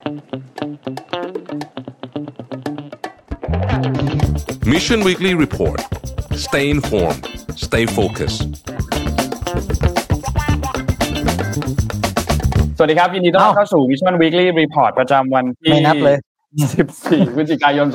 Mission Weekly Report Stay informed Stay focused สวัสดีครับยินดีต้อนรับเข้าสู่ Mission Weekly Report ประจำวันที่ไม่นับเลย 14พฤศจิกายน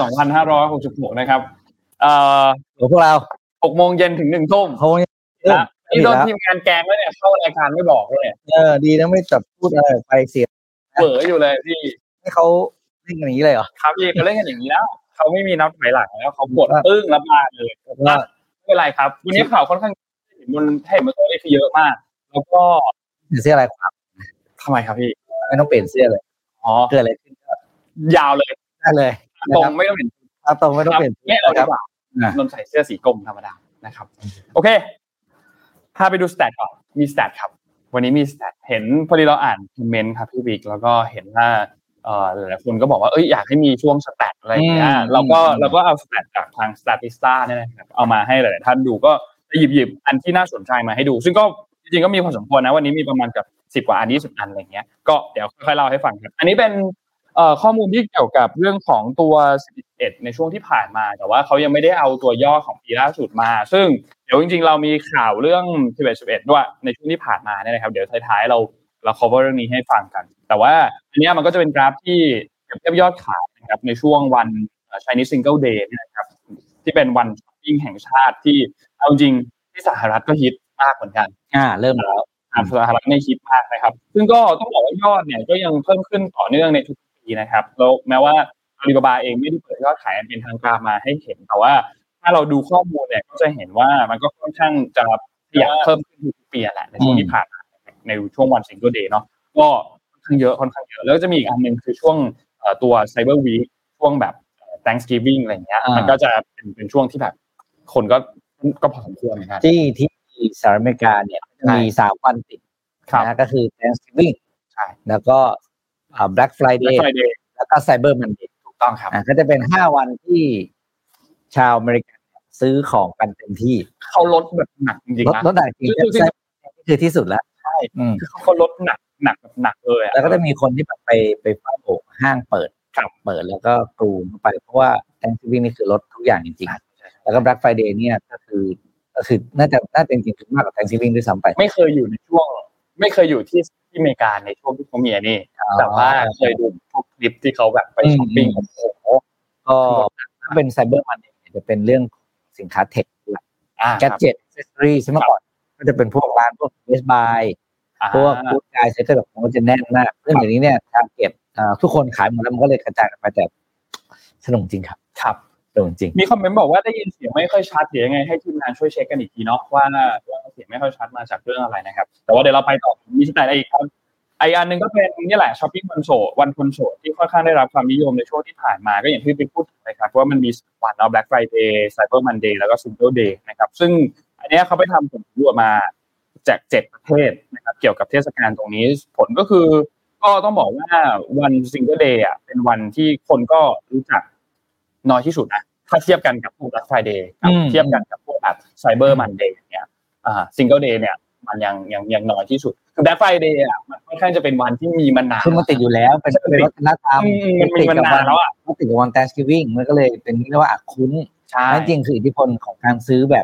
2566นะครับพวกเรา 6:00 นถึง 1:00 นนะนี่โดนทีมงานแกล้งแล้วเนี่ยเข้ารายการไม่บอกเลยดีนะไม่จับพูดอะไรไปเสียเผลออยู่เลยพี่ให้เขาเล่นกันอย่างนี้เลยเหรอครับพี่เขาเล่นกันอย่างนี้แล้วเขาไม่มีนับถอยหลังแล้วเขากดปึ้งแล้วมาเลยไม่เป็นไรครับวันนี้ข่าวค่อนข้างเห็นบนตัวเลขเยอะมากแล้วก็เสื้ออะไรครับทำไมครับพี่ไม่ต้องเปลี่ยนเสื้อเลยเกิดอะไรขึ้นยาวเลยได้เลยตรงไม่ต้องเปลี่ยนตรงไม่ต้องเปลี่ยนไม่เอาดีกว่านนใส่เสื้อสีกรมธรรมดานะครับโอเคพาไปดูสแตทก่อนมีสแตทครับวันนี้มีสแตทเห็นพอดีเราอ่านคอมเมนต์ครับพี่บิ๊กแล้วก็เห็นว่าหลายๆคนก็บอกว่าอยากให้มีช่วงสแตทอะไรอย่างเงี้ยเราก็เอาสแตทจากทาง Statista เนี่ยนะครับเอามาให้หลายๆท่านดูก็หยิบอันที่น่าสนใจมาให้ดูซึ่งก็จริงๆก็มีพอสมควรนะวันนี้มีประมาณกับ10กว่าอัน20อันอะไรอย่างเงี้ยก็เดี๋ยวค่อยๆเล่าให้ฟังครับอันนี้เป็นข้อมูลที่เกี่ยวกับเรื่องของตัว11ในช่วงที่ผ่านมาแต่ว่าเขายังไม่ได้เอาตัวย่อของปีล่าสุดมาซึ่งเดี๋ยวจริงๆเรามีข่าวเรื่อง11ด้วยในช่วงที่ผ่านมาเนี่ยนะครับเดี๋ยวท้ายๆเรา cover เรื่องนี้ให้ฟังกันแต่ว่าอันนี้มันก็จะเป็นกราฟที่เปรียบเทียบยอดขายนะครับในช่วงวัน Chinese Single Day นะครับที่เป็นวันช้อปปิ้งแห่งชาติที่เอาจริงที่สหรัฐก็ฮิตมากเหมือนกันเริ่มแล้วสหรัฐในฮิตมากนะครับซึ่งก็ต้องบอกว่ายอดเนี่ยก็ยังเพิ่มขึ้นต่อเนื่องในทุกปีนะครับแล้วแม้ว่าอาลีบาบาเองไม่ได้เปิดยอดขายเป็นทางการมาให้เห็นแต่ว่าถ้าเราดูข้อมูลเนี่ยก็จะเห็นว่ามันก็ค่อนข้างจะขยับเพิ่มขึ้นทุกปีแหละในช่วงที่ผ่านมาในช่วงวัน Single Day เนาะก็ค่อนข้างเยอะแล้วจะมีอีกอันนึงคือช่วงตัว Cyber Week ช่วงแบบ Thanksgiving อะไรอย่างเงี้ยมันก็จะเป็นช่วงที่แบบคนก็พอสมควรเหมือนกันที่สหรัฐอเมริกาเนี่ยมี3วันติดนะก็คือ Thanksgiving ใช่แล้วก็Black Friday แล้วก็ Cyber Monday ถูกต้องครับก็จะเป็น5วันที่ชาวอเมริกันซื้อของกันเต็มที่เขาลดแบบหนักจริงๆนะลดหนักจริงคือที่สุดแล้วใช่คือเขาลดหนักแบบหนักเลยแล้วก็จะมีคนที่แบบไปเฝ้าห้างเปิดแล้วก็กรูเข้าไปเพราะว่า Thanksgiving นี่คือลดทุกอย่างจริงๆแล้วก็ Black Friday เนี่ยก็คือน่าจะจริงๆมากกว่า Thanksgiving ด้วยซ้ำไปไม่เคยอยู่ที่อเมริกาในช่วงที่เขามีนี่แต่ว่าเคยดูพวกคลิปที่เขาแบบไปช้อปปิ้งก็ถ้าเป็น Cyber Monday จะเป็นเรื่องสินค้าเทคแกดเจ็ตแอคเซสซอรี่ใช่ไหมก่อนก็จะเป็นพวกร้านพวก Best Buy พวกฟู้ดไกด์เซ็ตแบบมันจะแน่นมากซึ่งอย่างนี้เนี่ยทางเก็บทุกคนขายหมดแล้วมันก็เลยกระจายกันไปแต่สนุกจริงครับจริงมีคอมเมนต์บอกว่าได้ยินเสียงไม่ค่อยชัดหรือยังไงให้ทีมงานช่วยเช็คกันอีกทีเนาะว่าเสียงไม่ค่อยชัดมาจากเรื่องอะไรนะครับแต่ว่าเดี๋ยวเราไปต่อมีสไตล์อะไรอีกครับอันนึงก็เป็นนี่แหละช้อปปิ้งวันคนโสดที่ค่อนข้างได้รับความนิยมในช่วงที่ผ่านมาก็อย่างที่ไปพูดเลยครับว่ามันมีวันBlack Friday Cyber Monday แล้วก็ Single Day นะครับซึ่งอันนี้เขาไปทำผลสำรวจมาจาก7ประเทศนะครับเกี่ยวกับเทศกาลตรงนี้ผลก็คือก็ต้องบอกว่าวัน Single Day อ่ะเป็นวันที่คนก็รู้จักน้อยที่สุดนะถ้าเทียบกันกับพวก Black Friday เทียบกันกับพวกแบบ Cyber Monday เนี่ยSingle Day เนี่ยมันยังน้อยที่สุดคือ Black Friday อ่ะมันค่อนข้างจะเป็นวันที่มีมานานคือมันติดอยู่แล้วเป็นวัฒนธรรมมันมีมานานแล้วอ่ะมันติดกับวัน Thanksgiving มันก็เลยเป็นเรียกว่าคุ้นใช่จริงคืออิทธิพลของการซื้อแบบ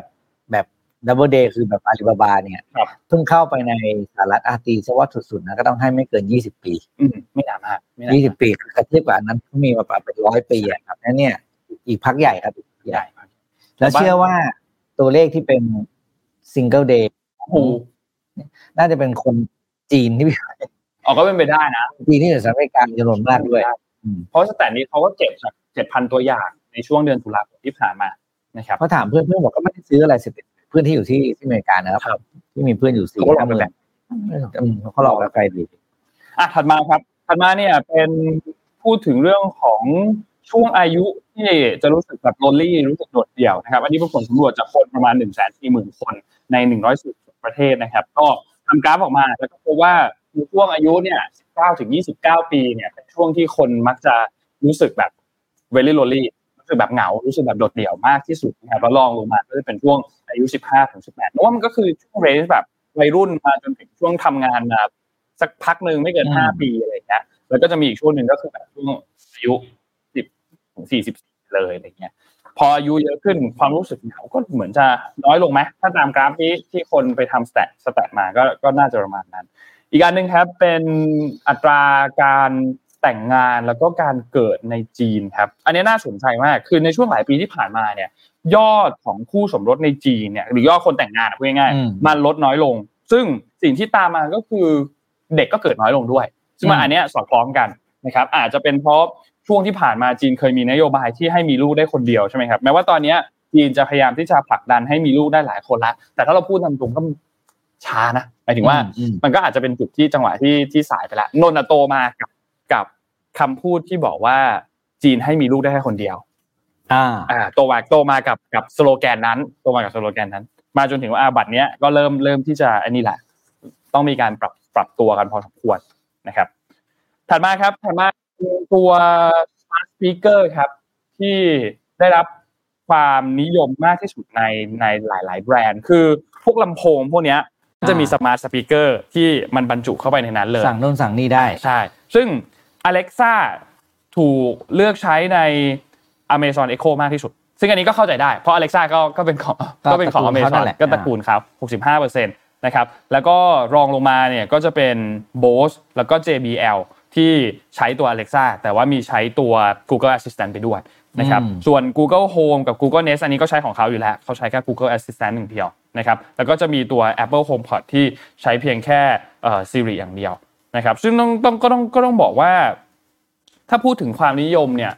Double Day คือแบบอาลีบาบาเนี่ยเพิ่งเข้าไปในสหรัฐตีซะว่าสุดๆนะก็ต้องให้ไม่เกิน20ปีไม่นานมาก 20ปีคือเทียบกับอันนั้นที่มีมาเป็น100ปีอ่ะครับนั่นเนี่ยอีกพักใหญ่ครับใหญ่แล้วเชื่อว่าตัวเลขที่เป็น Single Day น่าจะเป็นคนจีนที่ก็เป็นไปได้นะจีนที่อยู่สหรัฐอเมริกาจำนวนมากด้วยเพราะสแตทนี้เขาก็เก็บจาก 7,000 ตัวอย่างในช่วงเดือนตุลาคมที่ผ่านมานะครับเขาถามเพื่อนบอกก็ไม่ได้ซื้ออะไรเพื่อนที่อยู่ที่อเมริกานะครับที่มีเพื่อนอยู่4-5 เมืองเขาหลอกแล้วใครดีถัดมาเนี่ยเป็นพูดถึงเรื่องของช่วงอายุที่จะรู้สึกแบบโลนลี่รู้สึกโดดเดี่ยวนะครับอันนี้เป็นผลสำรวจจากคนประมาณ 140,000 คนใน140ประเทศนะครับก็ทำกราฟออกมาแล้วก็พบว่าในช่วงอายุเนี่ย19ถึง29ปีเนี่ยเป็นช่วงที่คนมักจะรู้สึกแบบ very lonely รู้สึกแบบเหงารู้สึกแบบโดดเดี่ยวมากที่สุดนะครับแล้วรองลงมาก็จะเป็นช่วงอายุ15ถึง18เพราะว่ามันก็คือช่วงเรนจ์แบบวัยรุ่นมาจนถึงช่วงทำงานสักพักนึงไม่เกิน5ปีอะไรอย่างเงี้ยแล้วก็จะมีอีกช่วงนึงก็คือแบบช่วงอายุ10ถึง40เลยอะไรเงี้ยพออายุเยอะขึ้นความรู้สึกเหงาก็เหมือนจะน้อยลงมั้ยถ้าตามกราฟที่คนไปทำสแตทมาก็น่าจะประมาณนั้นอีกอันนึงครับเป็นอัตราการแต่งงานแล้วก็การเกิดในจีนครับอันนี้น่าสนใจมากคือในช่วงหลายปีที่ผ่านมาเนี่ยยอดของคู่สมรสในจีนเนี่ยหรือยอดคนแต่งงานพูดง่ายๆมันลดน้อยลงซึ่งสิ่งที่ตามมาก็คือเด็กก็เกิดน้อยลงด้วยซึ่งอันเนี้ยสอดคล้องกันนะครับอาจจะเป็นเพราะช่วงที่ผ่านมาจีนเคยมีนโยบายที่ให้มีลูกได้คนเดียวใช่ไหมครับแม้ว่าตอนนี้จีนจะพยายามที่จะผลักดันให้มีลูกได้หลายคนแล้วแต่ถ้าเราพูดตามตรงก็ช้านะหมายถึงว่ามันก็อาจจะเป็นจุดที่จังหวะที่สายไปแล้วนนท์โตมากับคำพูดที่บอกว่าจีนให้มีลูกได้แค่คนเดียวโตมากับสโลแกนนั้นมาจนถึงว่าบัดเนี้ยก็เริ่มที่จะอันนี้แหละต้องมีการปรับตัวกันพอสมควรนะครับถัดมาตัว Smart Speaker ครับที่ได้รับความนิยมมากที่สุดในหลายๆแบรนด์คือพวกลำโพงพวกเนี้ยจะมี Smart Speaker ที่มันบรรจุเข้าไปในนั้นเลยสั่งโน่นสั่งนี่ได้ใช่ซึ่ง Alexa ถูกเลือกใช้ใน Amazon Echo มากที่สุดซึ่งอันนี้ก็เข้าใจได้เพราะ Alexa ก็เป็นของ Amazon ก็ตระกูลเขา 65% นะครับแล้วก็รองลงมาเนี่ยก็จะเป็น Bose แล้วก็ JBL ที่ใช้ตัว Alexa แต่ว่ามีใช้ตัว Google Assistant ไปด้วยนะครับส่วน Google Home กับ Google Nest อันนี้ก็ใช้ของเขาอยู่แล้วเขาใช้แค่ Google Assistant 1เดียวนะครับแล้วก็จะมีตัว Apple HomePod ที่ใช้เพียงแค่ Siri อย่างเดียวนะครับซึ่งต้องบอกว่าถ้าพูดถึงความนิยมเนี่ย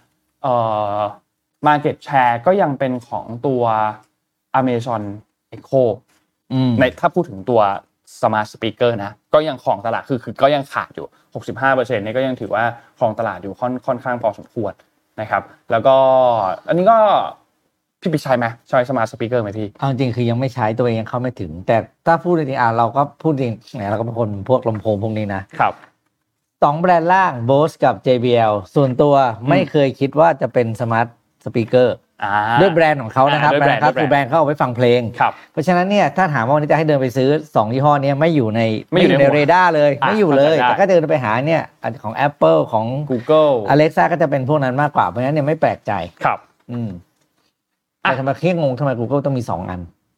market share ก็ยังเป็นของตัว Amazon Echo ในถ้าพูดถึงตัว Smart Speaker นะก็ยังครองตลาดคือก็ยังขาดอยู่ 65% เนี่ยก็ยังถือว่าครองตลาดอยู่ค่อนข้างพอสมควรนะครับแล้วก็อันนี้ก็พี่ปิใช้มั้ยใช้ Smart Speaker มั้ยพี่เอาจริงคือยังไม่ใช้ตัวเองยังเข้าไม่ถึงแต่ถ้าพูดจริงเราก็พูดจริงเนี่ยเราก็เป็นคนพวกลำโพงพวกนี้นะครับ2แบรนด์ล่าง Bose กับ JBL ส่วนตัวไม่เคยคิดว่าจะเป็น Smart Speakerด้วยแบรนด์ของเขานะครับแบรนด์ครับคือแบรนด์เขาเอาไว้ฟังเพลงเพราะฉะนั้นเนี่ยถ้าถามว่าวันนี้จะให้เดินไปซื้อ2ยี่ห้อนี้ไม่อยู่ในเรดาร์เลยไม่อยู่เลยแต่ก็เดินไปหาเนี่ยของ Apple ของ Google Alexa ก็จะเป็นพวกนั้นมากกว่าเพราะฉะนั้นเนี่ยไม่แปลกใจครับแต่ทำไมเครียดงงทำไม Google ต้องมี2อัน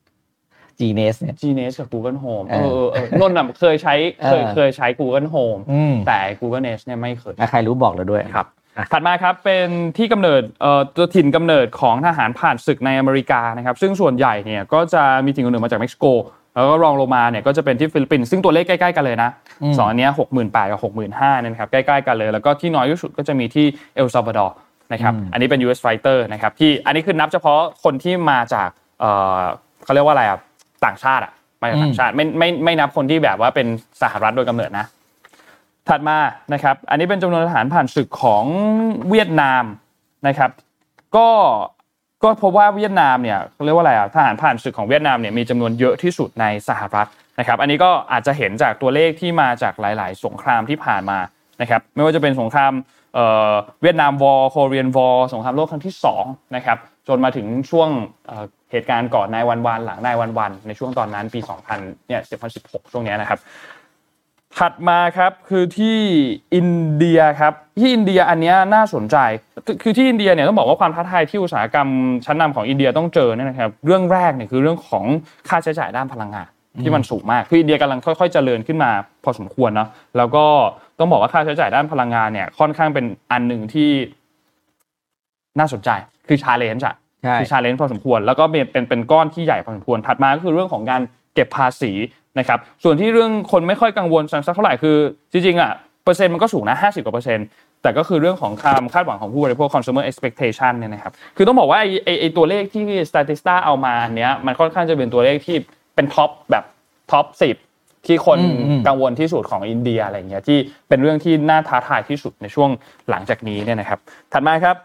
Genius เนี่ย Genius กับ Google Home นนท์เคยใช้ Google Home แต่ Google Nest เนี่ยไม่เคยใครรู้บอกเราด้วยครับถัดมาครับเป็นที่กำเนิดตัวถิ่นกำเนิดของทหารผ่านศึกในอเมริกานะครับซึ่งส่วนใหญ่เนี่ยก็จะมีถิ่นกำเนิดมาจากเม็กซิโกแล้วก็รองลงมาเนี่ยก็จะเป็นที่ฟิลิปปินส์ซึ่งตัวเลขใกล้ๆกันเลยนะ2อันเนี้ย 68,000 กับ 65,000 เนี่ยนะครับใกล้ๆกันเลยแล้วก็ที่น้อยที่สุดก็จะมีที่เอลซัลวาดอร์นะครับอันนี้เป็น US Fighter นะครับที่อันนี้คือนับเฉพาะคนที่มาจากเขาเรียกว่าอะไรอ่ะต่างชาติอ่ะมาจากต่างชาติไม่นับคนที่แบบว่าเป็นสหรัฐโดยกำเนิดนะถัดมานะครับอันนี้เป็นจำนวนทหารผ่านศึกของเวียดนามนะครับก็พบว่าเวียดนามเนี่ยเรียกว่าอะไรอ่ะทหารผ่านศึกของเวียดนามเนี่ยมีจำนวนเยอะที่สุดในสหรัฐนะครับอันนี้ก็อาจจะเห็นจากตัวเลขที่มาจากหลายๆสงครามที่ผ่านมานะครับไม่ว่าจะเป็นสงครามเวียดนามวอร์โคเรียนวอร์สงครามโลกครั้งที่2นะครับจนมาถึงช่วงเหตุการณ์ก่อนนายวันหลังนายวันในช่วงตอนนั้นปี2000เนี่ย2016ช่วงนี้นะครับถัดมาครับคือที่อินเดียครับที่อินเดียอันนี้น่าสนใจคือที่อินเดียเนี่ยต้องบอกว่าความท้าทายที่อุตสาหกรรมชั้นนำของอินเดียต้องเจอเนี่ยนะครับเรื่องแรกเนี่ยคือเรื่องของค่าใช้จ่ายด้านพลังงานที่มันสูงมากคืออินเดียกำลังค่อยๆเจริญขึ้นมาพอสมควรเนาะแล้วก็ต้องบอกว่าค่าใช้จ่ายด้านพลังงานเนี่ยค่อนข้างเป็นอันหนึ่งที่น่าสนใจคือchallengeคือchallengeพอสมควรแล้วก็เป็นก้อนที่ใหญ่พอสมควรถัดมาก็คือเรื่องของการเก็บภาษีนะครับส่วนที่เรื่องคนไม่ค่อยกังวลสักเท่าไหร่คือจริงๆอ่ะเปอร์เซ็นต์มันก็สูงนะ50%กว่าแต่ก็คือเรื่องของความคาดหวังของผู้บริโภค consumer expectation เนี่ยนะครับคือต้องบอกว่าไอ้ตัวเลขที่ Statista เอามาอันเนี้ยมันค่อนข้างจะเป็นตัวเลขที่เป็นท็อปแบบท็อป10ที่คนกังวลที่สุดของอินเดียอะไรอย่างเงี้ยที่เป็นเรื่องที่น่าท้าทายที่สุดในช่วงหลังจากนี้เนี่ยนะครับถัดมาครับ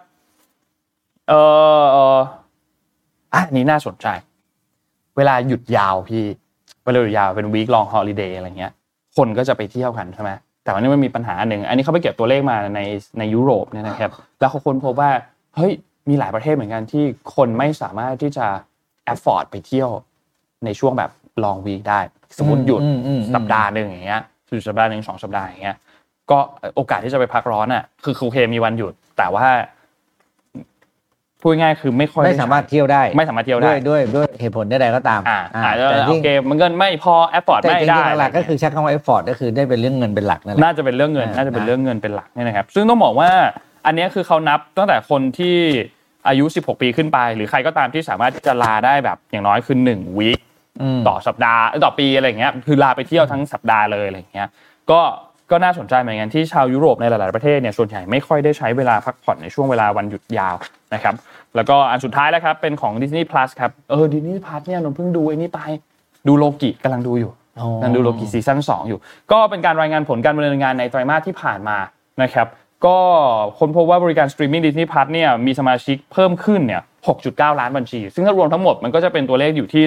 อันนี้น่าสนใจเวลาหยุดยาวพี่เวลาหยุดยาวเป็น week long holiday อะไรเงี้ยคนก็จะไปเที่ยวกันใช่ไหมแต่วันนี้มันมีปัญหาหนึ่งอันนี้เขาไปเก็บตัวเลขมาในยุโรปเนี่ยนะครับแล้วเขาค้นพบว่าเฮ้ยมีหลายประเทศเหมือนกันที่คนไม่สามารถที่จะ afford ไปเที่ยวในช่วงแบบ long week ได้สมมุติหยุดสัปดาห์นึงอย่างเงี้ยหยุดสัปดาห์นึง2สัปดาห์อย่างเงี้ยก็โอกาสที่จะไปพักร้อนอ่ะคือโอเคมีวันหยุดแต่ว่าพูดง่ายคือไม่สามารถเที่ยวได้ไม่สามารถเที่ยวได้ด้วยเหตุผลใดๆก็ตามแต่โอเคมันเงินไม่พอแอฟฟอร์ดไม่ได้แต่หลักก็คือใช้คำว่าแอฟฟอร์ดก็คือได้เป็นเรื่องเงินเป็นหลักนั่นแหละน่าจะเป็นเรื่องเงินเป็นหลักนี่นะครับซึ่งต้องบอกว่าอันนี้คือเขานับตั้งแต่คนที่อายุ16ปีขึ้นไปหรือใครก็ตามที่สามารถที่จะลาได้แบบอย่างน้อยคือ1วีคต่อสัปดาห์ต่อปีอะไรอย่างเงี้ยคือลาไปเที่ยวทั้งสัปดาห์เลยอะไรอย่างเงี้ยก็น่าสนใจเหมือนกันที่ชาวยุโรปในหลายๆประเทศเนี่ยส่วนใหญ่ไม่ค่อยได้ใช้เวลาพักผ่อนในช่วงเวลาวันหยุดยาวนะครับแล้วก็อันสุดท้ายแล้วครับเป็นของ Disney Plus ครับDisney Plus เนี่ยนนเพิ่งดูไอ้นี่ไปดูโลกิกำลังดูอยู่กำลังดูโลกิซีซั่น2อยู่ก็เป็นการรายงานผลการดำเนินงานในไตรมาสที่ผ่านมานะครับก็ค้นพบว่าบริการสตรีมมิ่ง Disney Plus เนี่ยมีสมาชิกเพิ่มขึ้นเนี่ย 6.9 ล้านบัญชีซึ่งถ้ารวมทั้งหมดมันก็จะเป็นตัวเลขอยู่ที่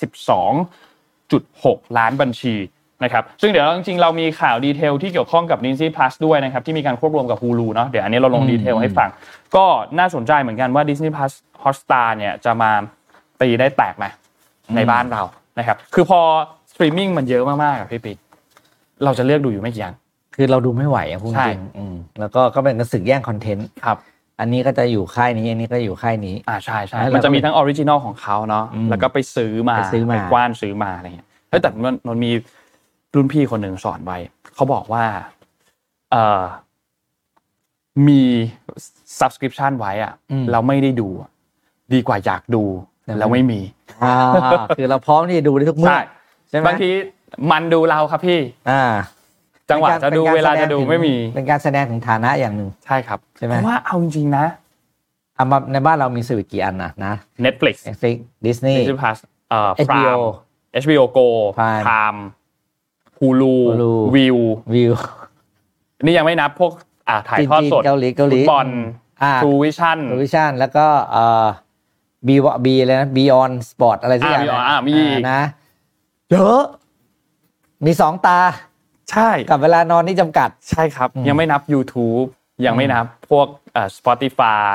112.6 ล้านบัญชีนะครับซึ่งเดี๋ยวจริงๆเรามีข่าวดีเทลที่เกี่ยวข้องกับ Disney Plus ด้วยนะครับที่มีการควบรวมกับ Hulu เนาะเดี๋ยวอันนี้เราลงดีเทลให้ฟังก็น่าสนใจเหมือนกันว่า Disney Plus Hotstar เนี่ยจะมาตีได้แตกมั้ยในบ้านเรานะครับคือพอสตรีมมิ่งมันเยอะมากๆอ่ะพี่ปิ๊กเราจะเลือกดูอยู่ไม่กี่อันคือเราดูไม่ไหวพูดจริงแล้วก็เป็นกระสึกแย่งคอนเทนต์ครับอันนี้ก็จะอยู่ค่ายนี้อันนี้ก็อยู่ค่ายนี้ใช่ๆมันจะมีทั้งออริจินัลของเขาเนาะแล้วก็ไปซื้อมาไปกว้านซื้อมาอะไรเงี้ยแต่มันมีรุ่นพี่คนหนึ่งสอนไว้เขาบอกว่ามี subscription ไว้อ่ะแล้วไม่ได้ดูดีกว่าอยากดูแล้วไม่มีคือเราพร้อมที่จะดูได้ทุกเมื่อใช่มั้ยบางทีมันดูเราครับพี่จังหวะจะดูเวลาจะดูไม่มีเป็นการแสดงถึงฐานะอย่างนึงใช่ครับใช่มั้ยเพราะว่าเอาจริงๆนะในบ้านเรามีสวิตกี่อันนะ Netflix Disney Plus HBO Go Prime Hulu Viu นี่ยังไม่นับพวกถ่ายทอดสดเกาหลีฟุตบอล True Vision แล้วก็B เลยนะ Beyond Sport อะไรสักอย่างมีนะเยอะมี2ตาใช่กับเวลานอนที่จำกัดใช่ครับยังไม่นับ YouTube ยังไม่นับพวกSpotify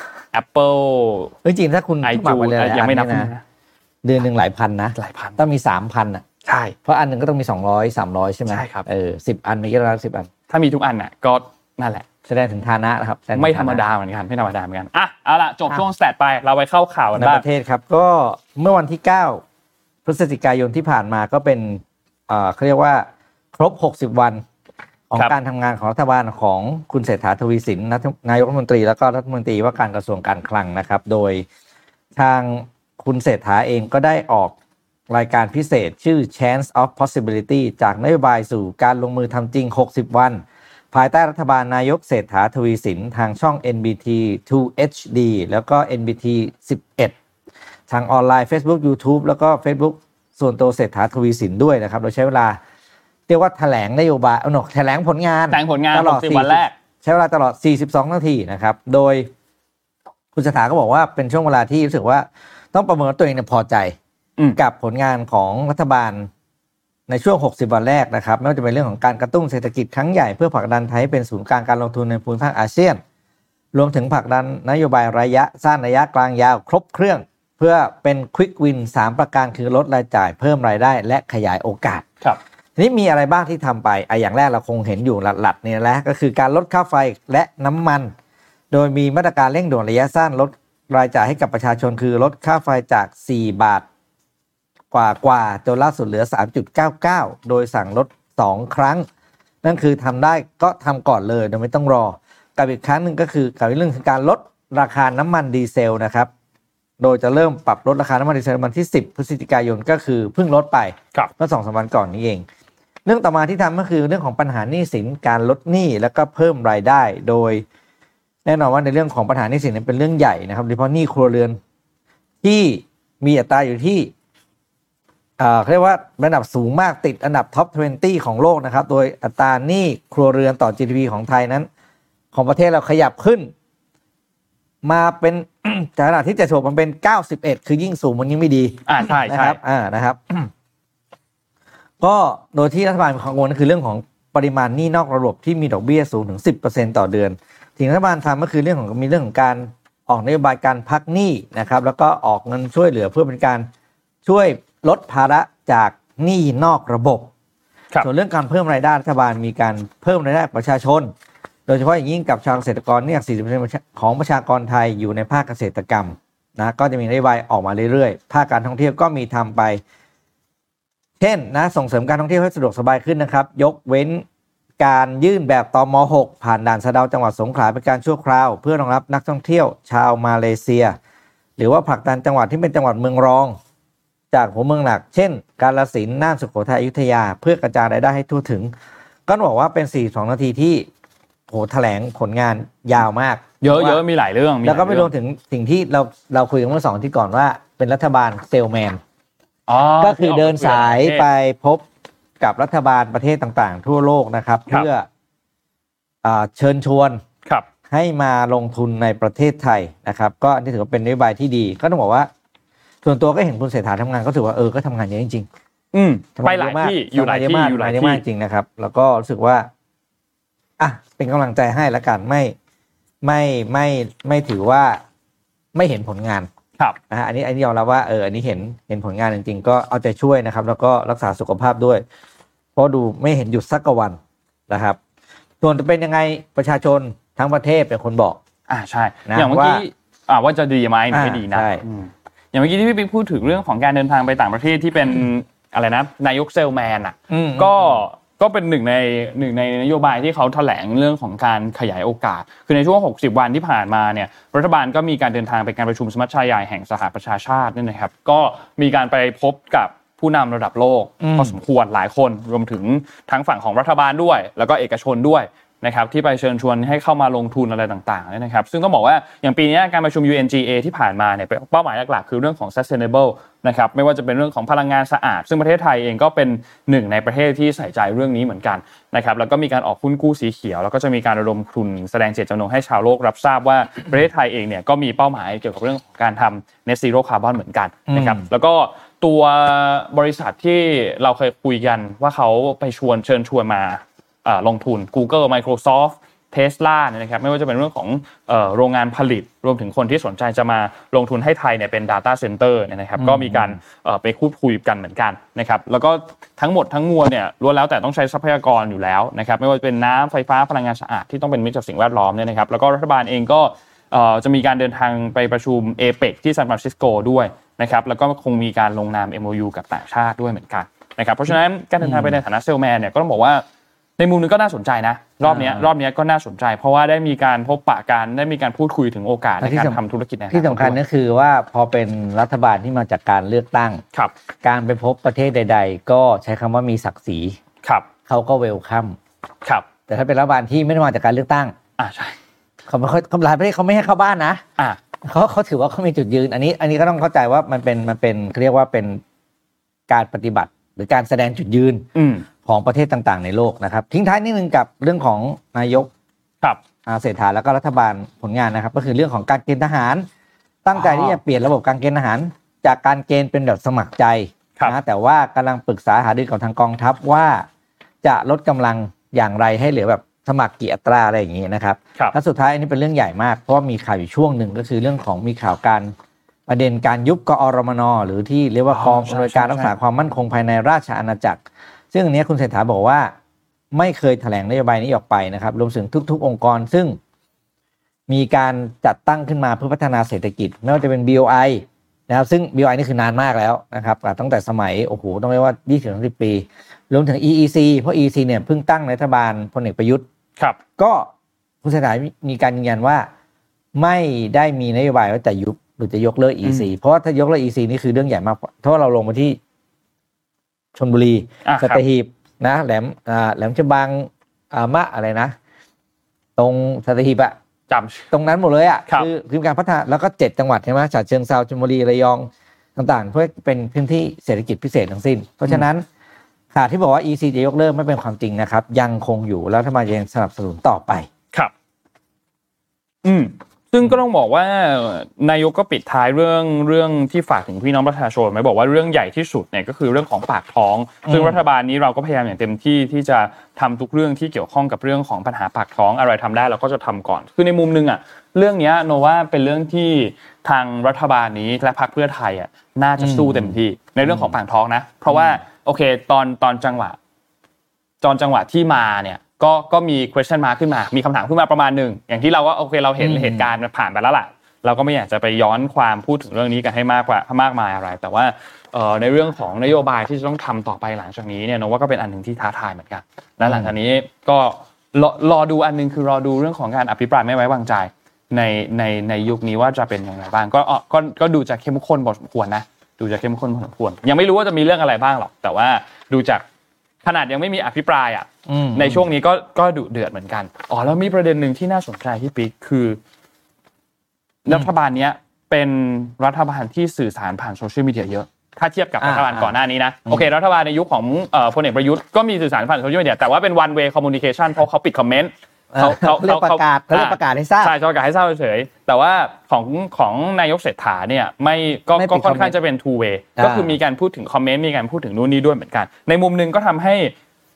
Apple จริงๆถ้าคุณสมัครไปเลยยังไม่นับเดือนนึงหลายพันนะหลายพันต้องมี 3,000 น่ะใช่เพราะอันนึงก็ต้องมี200 300ใช่มั้ยใช่ครับ 10อันมีกี่ร้อย10อันถ้ามีทุกอันน่ะก็นั่นแหละแสดงถึงฐานะครับไม่ธรรมดาเหมือนกันไม่ธรรมดาเหมือนกันเอาล่ะจบช่วงสแตทไปเราไปเข้าข่าวกันบ้างในประเทศครับก็เมื่อวันที่9พฤศจิกายนที่ผ่านมาก็เป็นเค้าเรียกว่าครบ60วันของการทำงานของรัฐบาลของคุณเศรษฐาทวีสินนายกรัฐมนตรีแล้วก็รัฐมนตรีว่าการกระทรวงการคลังนะครับโดยทางคุณเศรษฐาเองก็ได้ออกรายการพิเศษชื่อ Chance of Possibility จากนโยบายสู่การลงมือทำจริง60วันภายใต้รัฐบาลนายกเศรษฐาทวีสินทางช่อง NBT 2 HD แล้วก็ NBT 11ทางออนไลน์ Facebook YouTube แล้วก็ Facebook ส่วนตัวเศรษฐาทวีสินด้วยนะครับโดยใช้เวลาเรียกว่าแถลงนโยบายแถลงผลงานตลอด10วันแรกใช้เวลาตลอด42นาทีนะครับโดยคุณเศรษฐาก็บอกว่าเป็นช่วงเวลาที่รู้สึกว่าต้องประเมินตัวเองพอใจกับผลงานของรัฐบาลในช่วง60วันแรกนะครับไม่ว่าจะเป็นเรื่องของการกระตุ้นเศรษฐกิจครั้งใหญ่เพื่อผลักดันไทยเป็นศูนย์กลางการลงทุนในภูมิภาคอาเซียนรวมถึงผลักดันนโยบายระยะสั้นระยะกลางยาวครบเครื่องเพื่อเป็นควิกวิน3ประการคือลดรายจ่ายเพิ่มรายได้และขยายโอกาสครับทีนี้มีอะไรบ้างที่ทำไปอย่างแรกเราคงเห็นอยู่หลัดๆนี่แหละก็คือการลดค่าไฟและน้ำมันโดยมีมาตรการเร่งด่วนระยะสั้นลดรายจ่ายให้กับประชาชนคือลดค่าไฟจาก4บาทกว่าจนล่าสุดเหลือ 3.99 โดยสั่งลด2ครั้งนั่นคือทำได้ก็ทำก่อนเลยโดยไม่ต้องรอกับอีกครั้งนึงก็คือกับเรื่องการลดราคาน้ำมันดีเซลนะครับโดยจะเริ่มปรับลดราคาน้ำมันดีเซลวันที่10พฤศจิกายนก็คือเพิ่งลดไปเมื่อ 2-3 วันก่อนนี้เองเรื่องต่อมาที่ทำก็คือเรื่องของปัญหาหนี้สินการลดหนี้แล้วก็เพิ่มรายได้โดยแน่นอนว่าในเรื่องของปัญหาหนี้สินเป็นเรื่องใหญ่นะครับโดยเฉพาะหนี้ครัวเรือนที่มีอัตราอยู่ที่เรียกว่าระดับสูงมากติดอันดับท็อป20ของโลกนะครับโดยอัตราหนี้ครัวเรือนต่อ GDP ของไทยนั้นของประเทศเราขยับขึ้นมาเป็น จากขนาดที่จะถูกมันเป็น91คือยิ่งสูงมันยิ่งไม่ดีใช่นะครับนะครับ ก็โดยที่รัฐบาลกังวลก็คือเรื่องของปริมาณหนี้นอกระบบที่มีดอกเบี้ยสูงถึง 10% ต่อเดือนสิ่งที่รัฐบาลทำก็คือเรื่องของมีเรื่องของการออกนโยบายการพักหนี้นะครับแล้วก็ออกเงินช่วยเหลือเพื่อเป็นการช่วยลดภาระจากหนี้นอกระบบส่วนเรื่องการเพิ่มรายได้รัฐบาลมีการเพิ่มรายได้ประชาชนโดยเฉพาะอย่างยิ่งกับชาวเกษตรกรเนี่ย 40% ของประชากรไทยอยู่ในภาคเกษตรกรรมนะก็จะมีนโยบายออกมาเรื่อยๆภาคการท่องเที่ยวก็มีทำไปเช่นนะส่งเสริมการท่องเที่ยวให้สะดวกสบายขึ้นนะครับยกเว้นการยื่นแบบตม.6 ผ่านด่านสะเดาจังหวัดสงขลาเป็นการชั่วคราวเพื่อรองรับนักท่องเที่ยวชาวมาเลเซียหรือว่าผลักดันจังหวัดที่เป็นจังหวัดเมืองรองจากหัวเมืองหลักเช่นกาฬสินธุ์น่านสุโขทัยอยุธยาเพื่อกระจายรายได้ให้ทั่วถึงก็บอกว่าเป็น42นาทีที่โหแถลงผลงานยาวมากเยอะๆมีหลายเรื่องแล้วก็ไม่รวมถึงสิ่งที่เราคุยกันเมื่อ2 อาทิตย์ก่อนว่าเป็นรัฐบาลเซลแมนก็คือเดินสายไปพบกับรัฐบาลประเทศต่างๆทั่วโลกนะครับเพื่อเชิญชวนให้มาลงทุนในประเทศไทยนะครับก็นี่ถือว่าเป็นนโยบายที่ดีก็ต้องบอกว่าส่วนตัวก็เห็นคุณเศรษฐาทำงานก็ถือว่าก็ทำงานเยอะจริงๆไปหลายที่อยู่หลายที่อยู่หลายที่จริงนะครับแล้วก็รู้สึกว่าเป็นกำลังใจให้ละกันไม่ถือว่าไม่เห็นผลงานนะฮะอันนี้ยอมรับว่าอันนี้เห็นผลงานจริงๆก็เอาใจช่วยนะครับแล้วก็รักษาสุขภาพด้วยเพราะดูไม่เห็นหยุดสักวันนะครับส่วนจะเป็นยังไงประชาชนทั้งประเทศเป็นคนบอกใช่อย่างเมื่อกี้ว่าจะดีไหมไม่ดีนะอย่างเมื่อกี้ที่พี่ปิ๊กพูดถึงเรื่องของการเดินทางไปต่างประเทศที่เป็นอะไรนะนายกเซลแมนก็เป็นหนึ่งในนโยบายที่เขาแถลงเรื่องของการขยายโอกาสคือในช่วง60วันที่ผ่านมาเนี่ยรัฐบาลก็มีการเดินทางไปการประชุมสมัชชาใหญ่แห่งสหประชาชาตินี่นะครับก็มีการไปพบกับผู้นำระดับโลกพอสมควรหลายคนรวมถึงทั้งฝั่งของรัฐบาลด้วยแล้วก็เอกชนด้วยนะครับที่ไปเชิญชวนให้เข้ามาลงทุนอะไรต่างๆนะครับซึ่งต้องบอกว่าอย่างปีนี้การประชุม UNGA ที่ผ่านมาเนี่ยเป้าหมายหลักๆคือเรื่องของ sustainable นะครับไม่ว่าจะเป็นเรื่องของพลังงานสะอาดซึ่งประเทศไทยเองก็เป็นหนึ่งในประเทศที่ใส่ใจเรื่องนี้เหมือนกันนะครับแล้วก็มีการออกหุ้นกู้สีเขียวแล้วก็จะมีการระดมทุนแสดงเจตจำนงให้ชาวโลกรับทราบว่าประเทศไทยเองเนี่ยก็มีเป้าหมายเกี่ยวกับเรื่องของการทำ net zero carbon เหมือนกันนะครับแล้วก็ตัวบริษัทที่เราเคยคุยกันว่าเขาไปเชิญชวนมาลงทุน Google Microsoft Tesla เนี่ยนะครับไม่ว่าจะเป็นเรื่องของโรงงานผลิตรวมถึงคนที่สนใจจะมาลงทุนให้ไทยเนี่ยเป็น Data Center เนี่ยนะครับก็มีการไปพูดคุยกันเหมือนกันนะครับแล้วก็ทั้งหมดทั้งมวลเนี่ยล้วนแล้วแต่ต้องใช้ทรัพยากรอยู่แล้วนะครับไม่ว่าจะเป็นน้ำไฟฟ้าพลังงานสะอาดที่ต้องเป็นมิตรกับสิ่งแวดล้อมเนี่ยนะครับแล้วก็รัฐบาลเองก็จะมีการเดินทางไปประชุม APEC ที่ซานฟรานซิสโกด้วยนะครับแล้วก็คงมีการลงนาม MOU กับต่างชาติด้วยเหมือนกันนะครับเพราะฉะนั้นการเดินทางไปในฐานะเซลแมนเนี่ยก็ต้องบอกว่าในมุมนึงก็น่าสนใจนะรอบนี้ก็น่าสนใจเพราะว่าได้มีการพบปะกันได้มีการพูดคุยถึงโอกาสในการทำธุรกิจที่สำคัญก็คือว่าพอเป็นรัฐบาลที่มาจากการเลือกตั้งการไปพบประเทศใดๆก็ใช้คำว่ามีศักดิ์ศรีเขาก็เวลคัมแต่ถ้าเป็นรัฐบาลที่ไม่ได้มาจากการเลือกตั้งใช่เขาไม่ค่อยหลายประเทศเขาไม่ให้เข้าบ้านนะเขาถือว่าเขามีจุดยืนอันนี้ก็ต้องเข้าใจว่ามันเป็นเรียกว่าเป็นการปฏิบัติหรือการแสดงจุดยืนของประเทศต่างๆในโลกนะครับทิ้งท้ายนิดนึงกับเรื่องของนายกเศรษฐาแล้วก็รัฐบาลผลงานนะครับก็คือเรื่องของการเกณฑ์ทหารตั้งใจที่จะเปลี่ยนระบบการเกณฑ์ทหารจากการเกณฑ์เป็นแบบสมัครใจนะแต่ว่ากำลังปรึกษาหารือกับทางกองทัพว่าจะลดกำลังอย่างไรให้เหลือแบบสมัครกี่อัตราอะไรอย่างนี้นะครับและสุดท้ายอันนี้เป็นเรื่องใหญ่มากเพราะว่ามีข่าวอยู่ช่วงหนึ่งก็คือเรื่องของมีข่าวการประเด็นการยุบกอรมนหรือที่เรียกว่ากองอำนวยการรักษาความมั่นคงภายในราชอาณาจักรซึ่งอันนี้คุณเศรษฐาบอกว่าไม่เคยแถลงนโยบายนี้ออกไปนะครับรวมถึงทุกๆองค์กรซึ่งมีการจัดตั้งขึ้นมาเพื่อพัฒนาเศรษฐกิจไม่ว่าจะเป็น BOI นะครับซึ่ง BOI นี่คือนานมากแล้วนะครับตั้งแต่สมัยต้องเรียกว่า 20-30 ปีรวมถึง EEC เพราะ EEC เนี่ยเพิ่งตั้งรัฐบาลพลเอกประยุทธ์ก็คุณเศรษฐามีการยืนยันว่าไม่ได้มีนโยบายว่าจะยุบหรือจะยกเลิก EEC เพราะว่าถ้ายกเลิก EEC นี่คือเรื่องใหญ่มากเพราะว่าเราลงมาที่ชลบุรีสัตหีบนะแหลมฉบังมะอะไรนะตรงสัตหีบจำตรงนั้นหมดเลยคือการพัฒนาแล้วก็7จังหวัดใช่ไหมฉะเชิงเทราชลบุรีระยองต่างๆเพื่อเป็นพื้นที่เศรษฐกิจพิเศษทั้งสิ้นเพราะฉะนั้นข่าวที่บอกว่า EC จะยกเลิกไม่เป็นความจริงนะครับยังคงอยู่แล้วรัฐบาลยังสนับสนุนต่อไปครับซึ่งก็ต้องบอกว่านายกก็ปิดท้ายเรื่องที่ฝากถึงพี่น้องประชาชนไหมบอกว่าเรื่องใหญ่ที่สุดเนี่ยก็คือเรื่องของปากท้องซึ่งรัฐบาลนี้เราก็พยายามอย่างเต็มที่ที่จะทำทุกเรื่องที่เกี่ยวข้องกับเรื่องของปัญหาปากท้องอะไรทำได้เราก็จะทำก่อนคือในมุมนึงเรื่องนี้โนว่าเป็นเรื่องที่ทางรัฐบาลนี้และพรรคเพื่อไทยน่าจะสู้เต็มที่ในเรื่องของปากท้องนะเพราะว่าโอเคตอนจังหวะจนจังหวะที่มาเนี่ยก็มี question mark ขึ้นมามีคำถามขึ้นมาประมาณนึงอย่างที่เราก็โอเคเราเห็นเหตุการณ์มันผ่านไปแล้วล่ะเราก็ไม่อยากจะไปย้อนความพูดถึงเรื่องนี้กันให้มากมายอะไรแต่ว่าในเรื่องของนโยบายที่จะต้องทำต่อไปหลังจากนี้เนี่ยว่าก็เป็นอันนึงที่ท้าทายเหมือนกันและหลังจากนี้ก็รอดูอันนึงคือรอดูเรื่องของการอภิปรายไม่ไว้วางใจในยุคนี้ว่าจะเป็นยังไงบ้างก็ดูจะเข้มข้นพอสมควรนะดูจะเข้มข้นพอสมควรยังไม่รู้ว่าจะมีเรื่องอะไรบ้างหรอกแต่ว่าดูจากขนาดยังไม่มีอภิปรายอ่ะในช่วงนี้ก็ดุเดือดเหมือนกันแล้วมีประเด็นนึงที่น่าสนใจที่ปิ๊กคือรัฐบาลเนี้ยเป็นรัฐบาลที่สื่อสารผ่านโซเชียลมีเดียเยอะถ้าเทียบกับรัฐบาลก่อนหน้านี้นะโอเครัฐบาลในยุคของพลเอกประยุทธ์ก็มีสื่อสารผ่านโซเชียลมีเดียแต่ว่าเป็น one way communication เพราะเขาปิดคอมเมนต์เขาประกาศให้ทราบใช่ประกาศให้ทราบเฉยแต่ว่าของนายกเศรษฐาเนี่ยไม่ก็ค่อนข้างจะเป็น two way ก็คือมีการพูดถึงคอมเมนต์มีการพูดถึงนู่นนี่ด้วยเหมือนกันในมุมนึงก็ทำให้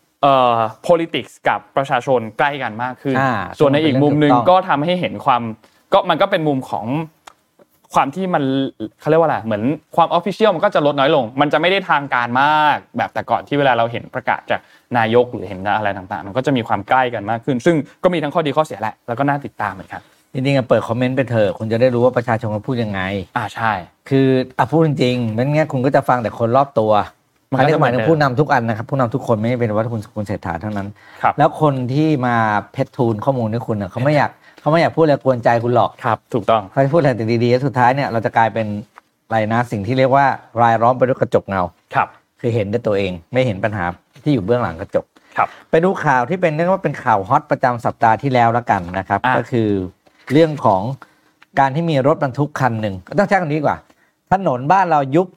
politics กับประชาชนใกล้กันมากขึ้นส่วนในอีกมุมนึงก็ทำให้เห็นความก็มันก็เป็นมุมของความที่มันเขาเรียกว่าอะไรเหมือนความ official มันก็จะลดน้อยลงมันจะไม่ได้ทางการมากแบบแต่ก่อนที่เวลาเราเห็นประกาศจากนายกหรือเห็นอะไรต่างๆมันก็จะมีความใกล้กันมากขึ้นซึ่งก็มีทั้งข้อดีข้อเสียแหละแล้วก็น่าติดตามเหมือนกันจริงๆเปิดคอมเมนต์ไปเถอะคุณจะได้รู้ว่าประชาชนเขาพูดยังไงใช่คือพูดจริงๆไม่งั้นคุณก็จะฟังแต่คนรอบตัวอันนี้หมายถึงผู้นำทุกอันนะครับผู้นำทุกคนไม่ได้เป็นว่าคุณเศรษฐาเท่านั้นแล้วคนที่มาเพชรทูลข้อมูลให้คุณเขาไม่อยากพูดอะไรกวนใจคุณหรอกครับถูกต้องเขาจะพูดอะไรแต่ดีๆแล้วสุดท้ายเนี่ยเราจะกลายเป็นอะไรนะสิ่งที่เรียกว่ารายล้อมไปด้วยกระจกเงาครับคือเห็นด้วยตัวเองไม่เห็นปัญหาที่อยู่เบื้องหลังกระจกครับไปดูข่าวที่เป็นเรียกว่าเป็นข่าวฮอตประจำสัปดาห์ที่แล้วแล้วกันนะครับก็คือเรื่องของการที่มีรถบรรทุกคันหนึ่งต้องใช้คำนี้ดีกว่าถนนบ้านเรายุบ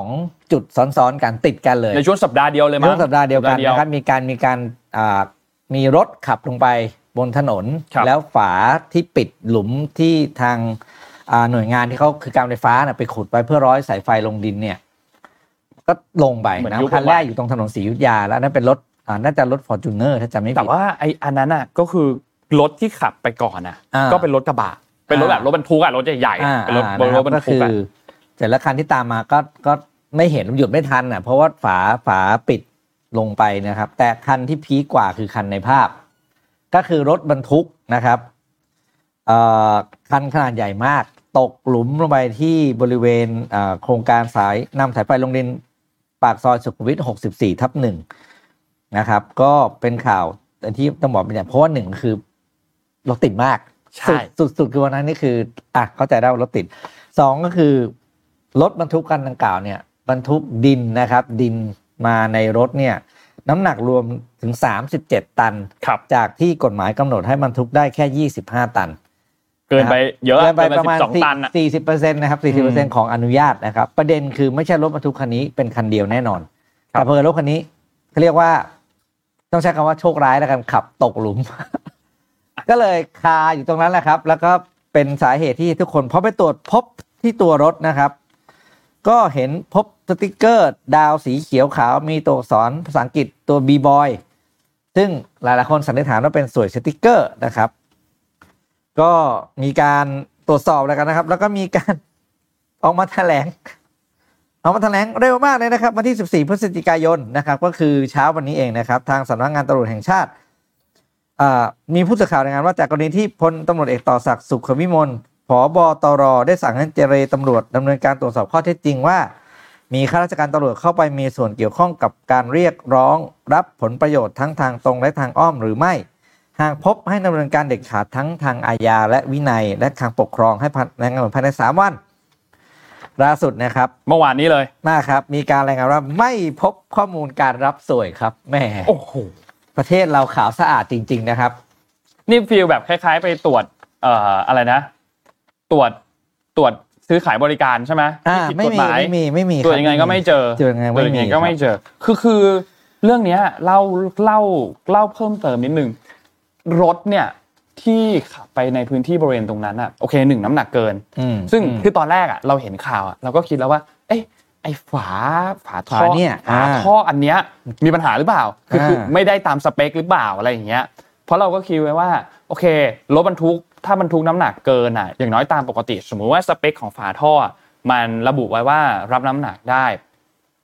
2จุดซ้อนๆกันติดกันเลยในช่วงสัปดาห์เดียวเลยมั้งช่วงสัปดาห์เดียวกันนะครับมีการมีรถขับลงไปบนถนนแล้วฝาที่ปิดหลุมที่ทางหน่วยงานที่เขาคือการไฟฟ้าไปขุดไว้เพื่อร้อยสายไฟลงดินเนี่ยก็ลงไปนะคันแรกอยู่ตรงถนนศรีอยุธยาแล้วนั่นเป็นรถน่าจะรถ Fortuner ถ้าจำไม่ผิดแต่ว่าไอ้อันนั้นก็คือรถที่ขับไปก่อนก็เป็นรถกระบะเป็นรถแบบรถบรรทุกรถใหญ่ๆเป็นรถบรรทุกเสร็จแล้วคันที่ตามมาก็ไม่เห็นหยุดไม่ทันเพราะว่าฝาปิดลงไปนะครับแต่คันที่พีคกว่าคือคันในภาพก็คือรถบรรทุกนะครับคันขนาดใหญ่มากตกหลุมลงไปที่บริเวณโครงการนำสายไฟลงดินปากซอยสุขุมวิท 64/1 นะครับก็เป็นข่าวที่ต้องบอกเป็นอย่างเพราะว่า1คือรถติดมากสุดคือวันนั้นนี่คือเข้าใจได้ว่ารถติด2ก็คือรถบรรทุกคันดังกล่าวเนี่ยบรรทุกดินนะครับดินมาในรถเนี่ยน้ำหนักรวมถึง37ตันจากที่กฎหมายกำหนดให้บรรทุกได้แค่25ตันเกินไปเยอะเกินไปประมาณ12ตัน 40% นะครับ 40% ของอนุญาตนะครับประเด็นคือไม่ใช่รถบรรทุกคันนี้เป็นคันเดียวแน่นอนแต่เพิ่นรถคันนี้เขาเรียกว่าต้องใช้คำว่าโชคร้ายแล้วกันขับตกหลุม ก็เลยคาอยู่ตรงนั้นแหละครับแล้วก็เป็นสาเหตุที่ทุกคนพอไปตรวจพบที่ตัวรถนะครับก็เห็นพบสติ๊กเกอร์ดาวสีเขียวขาวมีตัวอักษรภาษาอังกฤษตัว B-boy ซึ่งหลายๆคนสันนิษฐานว่าเป็นสวยสติ๊กเกอร์นะครับก็มีการตรวจสอบแล้วกันนะครับแล้วก็มีการออกมาแถลงเร็วมากเลยนะครับวันที่14พฤศจิกายนนะครับก็คือเช้าวันนี้เองนะครับทางสำนักงานตำรวจแห่งชาติมีผู้สื่อข่าวรายงานว่าจากกรณีที่พลตำรวจเอกต่อศักดิ์สุขวิมลผบ.ตร.ได้สั่งให้เจรตำรวจดำเนินการตรวจสอบข้อเท็จจริงว่ามีข้าราชการตำรวจเข้าไปมีส่วนเกี่ยวข้องกับการเรียกร้องรับผลประโยชน์ทั้งทางตรงและทางอ้อมหรือไม่หากพบให้ดำเนินการเด็ดขาดทั้งทางอาญาและวินัยและทางปกครองให้รายงานภายใน3วันล่าสุดนะครับเมื่อวานนี้เลยนะครับมีการรายงานว่าไม่พบข้อมูลการรับสวยครับแม่โอ้โหประเทศเราขาวสะอาดจริงๆนะครับนี่ฟีลแบบคล้ายๆไปตรวจอะไรนะตรวจซื้อขายบริการใช่ไหมไม่มีตรวจยังไงก็ไม่เจอก็ไม่เจอคือเรื่องนี้เล่าเพิ่มเติมนิดนึงรถเนี่ยที่ขับไปในพื้นที่บริเวณตรงนั้นโอเค1น้ำหนักเกินซึ่งคือตอนแรกเราเห็นข่าวเราก็คิดแล้วว่าไอ้ฝาท่อเนี่ยท่ออันเนี้ยมีปัญหาหรือเปล่าคือไม่ได้ตามสเปคหรือเปล่าอะไรอย่างเงี้ยเพราะเราก็คิดไว้ว่าโอเครถบรรทุกถ้าบรรทุกน้ำหนักเกินอย่างน้อยตามปกติสมมุติว่าสเปคของฝาท่อมันระบุไว้ว่ารับน้ำหนักได้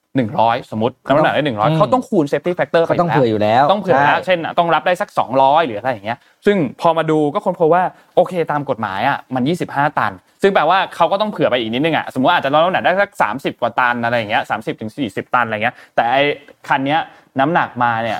100สมมุติน้ำหนักได้100เขาต้องคูณ safety factor ไปต้องเผื่ออยู่แล้วต้องเผื่อแล้วเช่นต้องรับได้สัก200หรืออะไรอย่างเงี้ยซึ่งพอมาดูก็ค้นพบว่าโอเคตามกฎหมายอ่ะมัน25ตันซึ่งแปลว่าเขาก็ต้องเผื่อไปอีกนิดนึงอ่ะสมมุติอาจจะน้ำหนักได้สัก30กว่าตันอะไรอย่างเงี้ย30ถึง40ตันอะไรเงี้ยแต่ไอ้คันเนี้ยน้ำหนักมาเนี่ย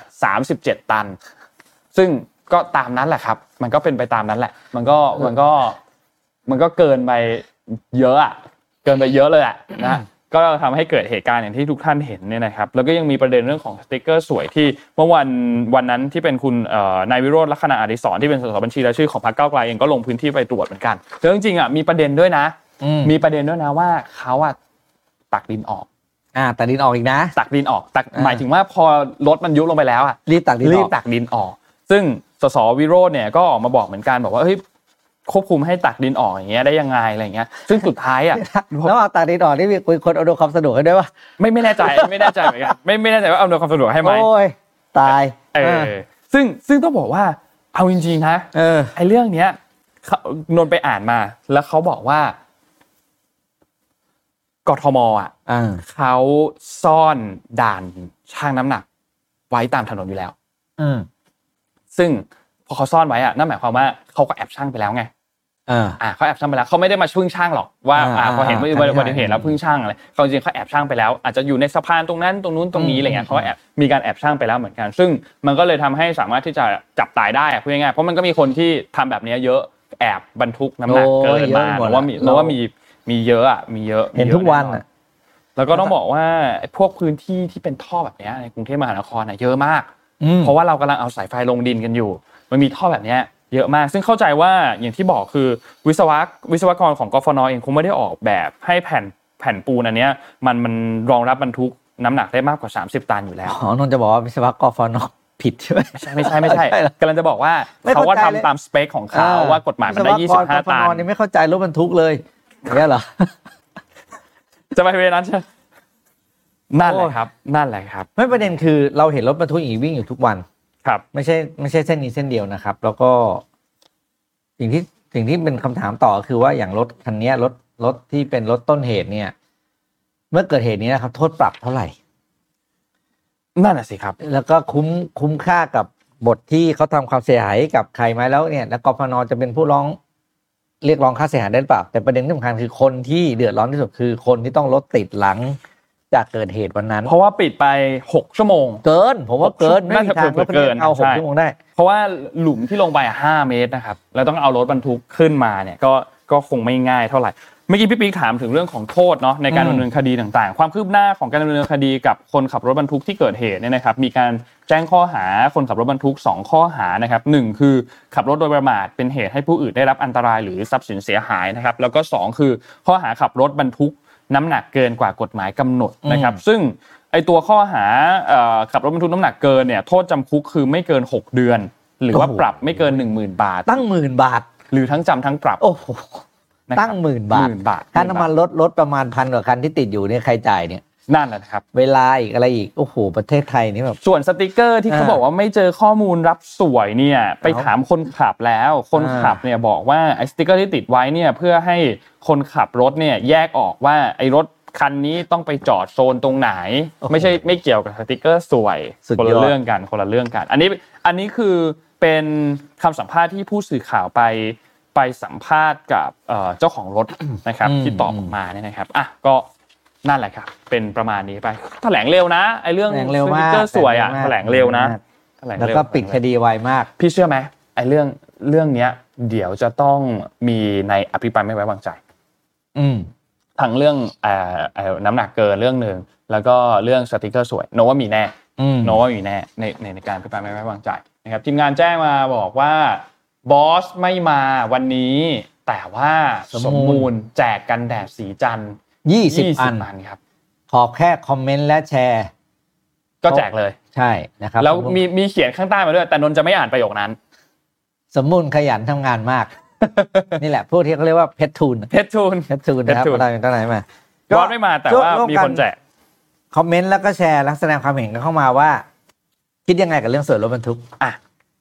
37ตันซึ่งก็ตามนั้นแหละครับมันก็เป็นไปตามนั้นแหละมันก็เกินไปเยอะอ่ะเกินไปเยอะเลยอ่ะนะก็ทำให้เกิดเหตุการณ์อย่างที่ทุกท่านเห็นเนี่ยนะครับแล้วก็ยังมีประเด็นเรื่องของสติ๊กเกอร์สวยที่เมื่อวันนั้นที่เป็นคุณนายวิโรจน์ลักษณะอดิศรที่เป็นสสบัญชีรายชื่อของพรรคก้าวไกลเองก็ลงพื้นที่ไปตรวจเหมือนกันแล้วจริงๆอ่ะมีประเด็นด้วยนะว่าเขาอ่ะตักดินออกตักดินออกอีกนะตักดินออกหมายถึงว่าพอรถมันยุบลงไปแล้วอ่ะรีบตักดินออกซึ่งสสวิโรจน์เนี่ยก็ออกมาบอกเหมือนกันบอกว่าเฮ้ยควบคุมให้ตักดินออกอย่างเงี้ยได้ยังไงอะไรอย่างเงี้ยซึ่งสุดท้ายอ่ะแล้วเอาตักดินออกนี่มีคนอำนวยความสะดวกให้ด้วยป่ะไม่แน่ใจเหมือนกันไม่แน่ใจว่าอำนวยความสะดวกให้มั้ยโอ้ยตายซึ่งต้องบอกว่าเอาจริงๆนะไอ้เรื่องเนี้ยนนไปอ่านมาแล้วเขาบอกว่ากทมอ่ะเขาซ่อนด่านชั่งน้ำหนักไว้ตามถนนอยู่แล้วซึ่งพอเขาซ่อนไว้อ่ะนั่นหมายความว่าเขาก็แอบชั่งไปแล้วไงเขาแอบชั่งไปแล้วเขาไม่ได้มาพึ่งชั่งหรอกว่าพอเห็นอุบัติเหตุแล้วพึ่งชั่งอะไรเขาจริงเขาแอบชั่งไปแล้วอาจจะอยู่ในสะพานตรงนั้นตรงนู้นตรงนี้อะไรเงี้ยเขาแอบมีการแอบชั่งไปแล้วเหมือนกันซึ่งมันก็เลยทำให้สามารถที่จะจับตายได้พูดง่ายๆเพราะมันก็มีคนที่ทำแบบนี้เยอะแอบบรรทุกน้ำหนักเกินมาเพราะว่ามีเยอะอ่ะมีเยอะเห็นทุกวันอ่ะแล้วก็ต้องบอกว่าพวกพื้นที่ที่เป็นท่อแบบนี้ในกรุงเทพมหานครเยอะมากเพราะว่าเรากำลังเอาสายไฟลงดินกันอยู่มันมีท่อแบบนี้เยอะมากซึ่งเข้าใจว่าอย่างที่บอกคือวิศวกรของกฟน.เองคงไม่ได้ออกแบบให้แผ่นปูนอันเนี้ยมันรองรับบรรทุกน้ำหนักได้มากกว่า30ตันอยู่แล้วนนท์จะบอกว่าวิศวกรกฟน.ผิดใช่มั้ยไม่ใช่กำลังจะบอกว่าเขาว่าทำตามสเปคของเขาว่ากฎหมายมันได้25ตันนี่ไม่เข้าใจรถบรรทุกเลยอย่างเงี้ยเหรอจะไปเวนั้นใช่นั่นแหละครับไม่ประเด็นคือเราเห็นรถบรรทุกอีกวิ่งอยู่ทุกวันครับไม่ใช่เส้นนี้เส้นเดียวนะครับแล้วก็สิ่งที่เป็นคำถามต่อคือว่าอย่างรถคันนี้รถที่เป็นรถต้นเหตุเนี่ยเมื่อเกิดเหตุนี้นะครับโทษปรับเท่าไหร่นั่นน่ะสิครับแล้วก็คุ้มค่ากับบทที่เขาทำความเสียหายกับใครไหมแล้วเนี่ยแล้วกฟน.จะเป็นผู้เรียกร้องค่าเสียหายได้หรือเปล่าแต่ประเด็นที่สำคัญคือคนที่เดือดร้อนที่สุดคือคนที่ต้องรถติดหลังจากเกิดเหตุวันนั้นเพราะว่าปิดไป6ชั่วโมงเกินผมว่าเกินไม่มีทางเกินเอา6ชั่วโมงได้เพราะว่าหลุมที่ลงไป5เมตรนะครับแล้วต้องเอารถบรรทุกขึ้นมาเนี่ยก็คงไม่ง่ายเท่าไหร่เมื่อกี้พี่ปิ๊กถามถึงเรื่องของโทษเนาะในการดำเนินคดีต่างๆความคืบหน้าของการดำเนินคดีกับคนขับรถบรรทุกที่เกิดเหตุเนี่ยนะครับมีการแจ้งข้อหาคนขับรถบรรทุก2ข้อหานะครับ1คือขับรถโดยประมาทเป็นเหตุให้ผู้อื่นได้รับอันตรายหรือทรัพย์สินเสียหายนะครับแล้วก็2คือข้อหาขับรถบรรทุกน้ำหนักเกินกว่ากฎหมายกำหนดนะครับซึ่งไอตัวข้อหาขับรถบรรทุกน้ำหนักเกินเนี่ยโทษจำคุกคือไม่เกิน6เดือนหรือว่าปรับไม่เกิน 10,000 บาทตั้ง 10,000 บาทหรือทั้งจำทั้งปรับโอ้โหตั้ง 10,000 บาทค่าน้ำมันรถประมาณ1,000กว่าคันที่ติดอยู่เนี่ยใครจ่ายเนี่ยนั่นแหละครับเวลาอีกอะไรอีกโอ้โหประเทศไทยนี่แบบส่วนสติกเกอร์ที่เขาบอกว่าไม่เจอข้อมูลรับสวยเนี่ยไปถามคนขับแล้วคนขับเนี่ยบอกว่าไอ้สติกเกอร์ที่ติดไว้เนี่ยเพื่อให้คนขับรถเนี่ยแยกออกว่าไอ้รถคันนี้ต้องไปจอดโซนตรงไหนไม่เกี่ยวกับสติกเกอร์สวยคนละเรื่องกันอันนี้คือเป็นคำสัมภาษณ์ที่ผู้สื่อข่าวไปสัมภาษณ์กับเจ้าของรถนะครับที่ตอบออกมาเนี่ยนะครับอ่ะก็นั่นแหละครับเป็นประมาณนี้ไปแถลงเร็วนะไอ้เรื่องสติกเกอร์สวยอ่ะแถลงเร็วนะแล้วก็ปิดคดีไวมากพี่เชื่อไหมไอ้เรื่องเนี้ยเดี๋ยวจะต้องมีในอภิปรายไม่ไว้วางใจทั้งเรื่องน้ำหนักเกินเรื่องนึงแล้วก็เรื่องสติกเกอร์สวยโนว่ามีแน่ในการอภิปรายไม่ไว้วางใจนะครับทีมงานแจ้งมาบอกว่าบอสไม่มาวันนี้แต่ว่าสมมูลแจกกันแดดสีจันทร์20 อันครับขอแค่คอมเมนต์และแชร์ก็แจกเลยใช่นะครับแล้วมีเขียนข้างใต้มาด้วยแต่นนท์จะไม่อ่านประโยคนั้นสมมูลขยันทำงานมากนี่แหละพวกที่เขาเรียกว่าเพชรทูนนะครับอะไรตั้งไหนมาบอสไม่มาแต่ว่ามีคนแจกคอมเมนต์แล้วก็แชร์และแสดงความเห็นกันเข้ามาว่าคิดยังไงกับเรื่องส่วนลดบรรทุก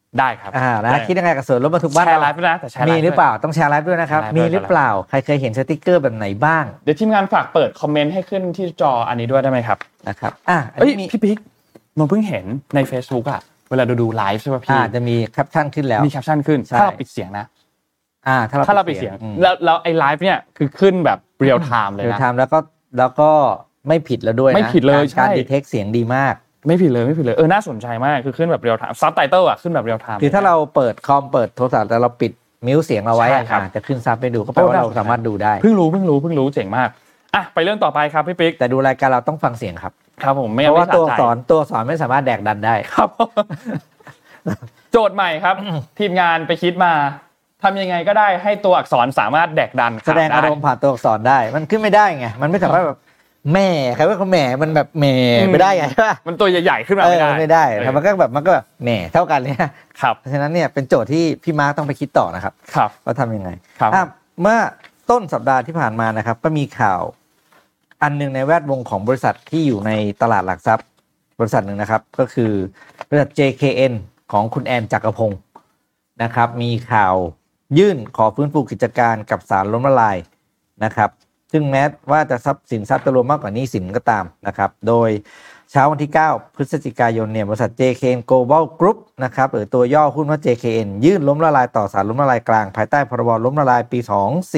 ได้ครับนะคิดยังไงกับส่วนลดบรรทุกบ้านแชร์ไลฟ์ด้วยนะแต่แชร์มีหรือเปล่าต้องแชร์ไลฟ์ด้วยนะครับมีหรือเปล่าใครเคยเห็นสติ๊กเกอร์แบบไหนบ้างเดี๋ยวทีมงานฝากเปิดคอมเมนต์ให้ขึ้นที่จออันนี้ด้วยได้ไหมครับนะครับพี่ปิ๊กมันเพิ่งเห็นใน Facebook อ่ะเวลาดูไลฟ์ใช่ป่ะพี่จะมีแคปชั่นขึ้นแล้วมีแคปชั่นขึ้นถ้าเราปิดเสียงนะถ้าเราปิดเสียงแล้วไอ้ไลฟ์เนี่ยคือขึ้นแบบเรียลไทม์เลยนะเรียลไทม์แล้วก็ไม่ผิดแล้วด้วยนะไม่ผิดเลยการดีเทคเสียงดีมากไม่ผิดเลยน่าสนใจมากคือขึ้นแบบเรียลไทม์ซับไตเติลอ่ะขึ้นแบบเรียลไทม์คือถ้าเราเปิดคอมเปิดโทรศัพท์แต่เราปิดมิวเสียงเราไว้จะขึ้นซับให้ดูก็แปลว่าเราสามารถดูได้เพิ่งรู้เจ๋งมากอ่ะไปเรื่องต่อไปครับพี่ปิ๊กแต่ดูรายการเราต้องฟังเสียงครับผมไม่เพราะว่าตัวสอนไม่สามารถแดกดันได้ครับโจทย์ใหม่ครับทีมงานไปคิดมาทำยังไงก็ได้ให้ตัวอักษรสามารถแดกดันแสดงอารมณ์ผ่านตัวอักษรได้มันขึ้นไม่ได้ไงมันไม่สามารถแบบแม่ใครว่าเขาแม่มันแบบแม่ไม่ได้ไงใช่ป่ะมันตัวใหญ่ๆขึ้นมาไม่ได้แต่มันก็แบบแม่เท่ากันเนี่ยครับเพราะฉะนั้นเนี่ยเป็นโจทย์ที่พี่มาร์คต้องไปคิดต่อนะครับว่าทำยังไงเมื่อต้นสัปดาห์ที่ผ่านมานะครับก็มีข่าวอันนึงในแวดวงของบริษัทที่อยู่ในตลาดหลักทรัพย์บริษัทนึงนะครับก็คือบริษัท JKN ของคุณแอนจักรพงศ์นะครับมีข่าวยื่นขอฟื้นฟูกิจการกับศาลล้มละลายนะครับซึ่งแม้ว่าจะทรัพย์จะรวมมากกว่าหนี้สินก็ตามนะครับโดยเช้าวันที่9พฤศจิกายนเนี่ยบริษัท JKN Global Group นะครับหรือตัวย่อหุ้นว่า JKN ยื่นล้มละลายต่อศาลล้มละลายกลางภายใต้พรบล้มละลายปี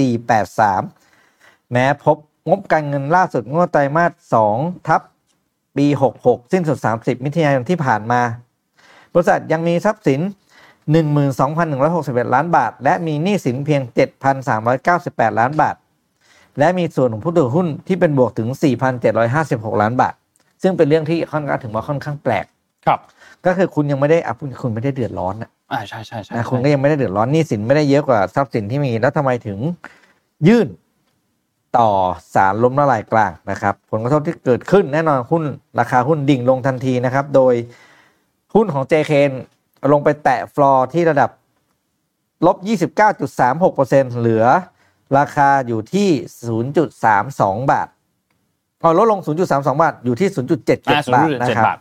2483แม้พบงบการเงินล่าสุดงวดไตรมาส2ปี66สิ้นสุด30มิถุนายนที่ผ่านมาบริษัทยังมีทรัพย์สิน 12,161 ล้านบาทและมีหนี้สินเพียง 7,398 ล้านบาทและมีส่วนของผู้ถือหุ้นที่เป็นบวกถึง 4,756 ล้านบาทซึ่งเป็นเรื่องที่ค่อนข้างถึงว่าค่อนข้างแปลกครับก็คือคุณยังไม่ได้คุณไม่ได้เดือดร้อนนะใช่ๆๆคุณก็ยังไม่ได้เดือดร้อนหนี้สินไม่ได้เยอะกว่าทรัพย์สินที่มีแล้วทำไมถึงยื่นต่อศาลล้มละลายกลางนะครับผลกระทบที่เกิดขึ้นแน่นอนหุ้นราคาหุ้นดิ่งลงทันทีนะครับโดยหุ้นของ JKN ลงไปแตะฟลอร์ที่ระดับลบ 29.36% เหลือราคาอยู่ที่ 0.32 บาทลดลง 0.32 บาทอยู่ที่ 0.77 บาทนะครับ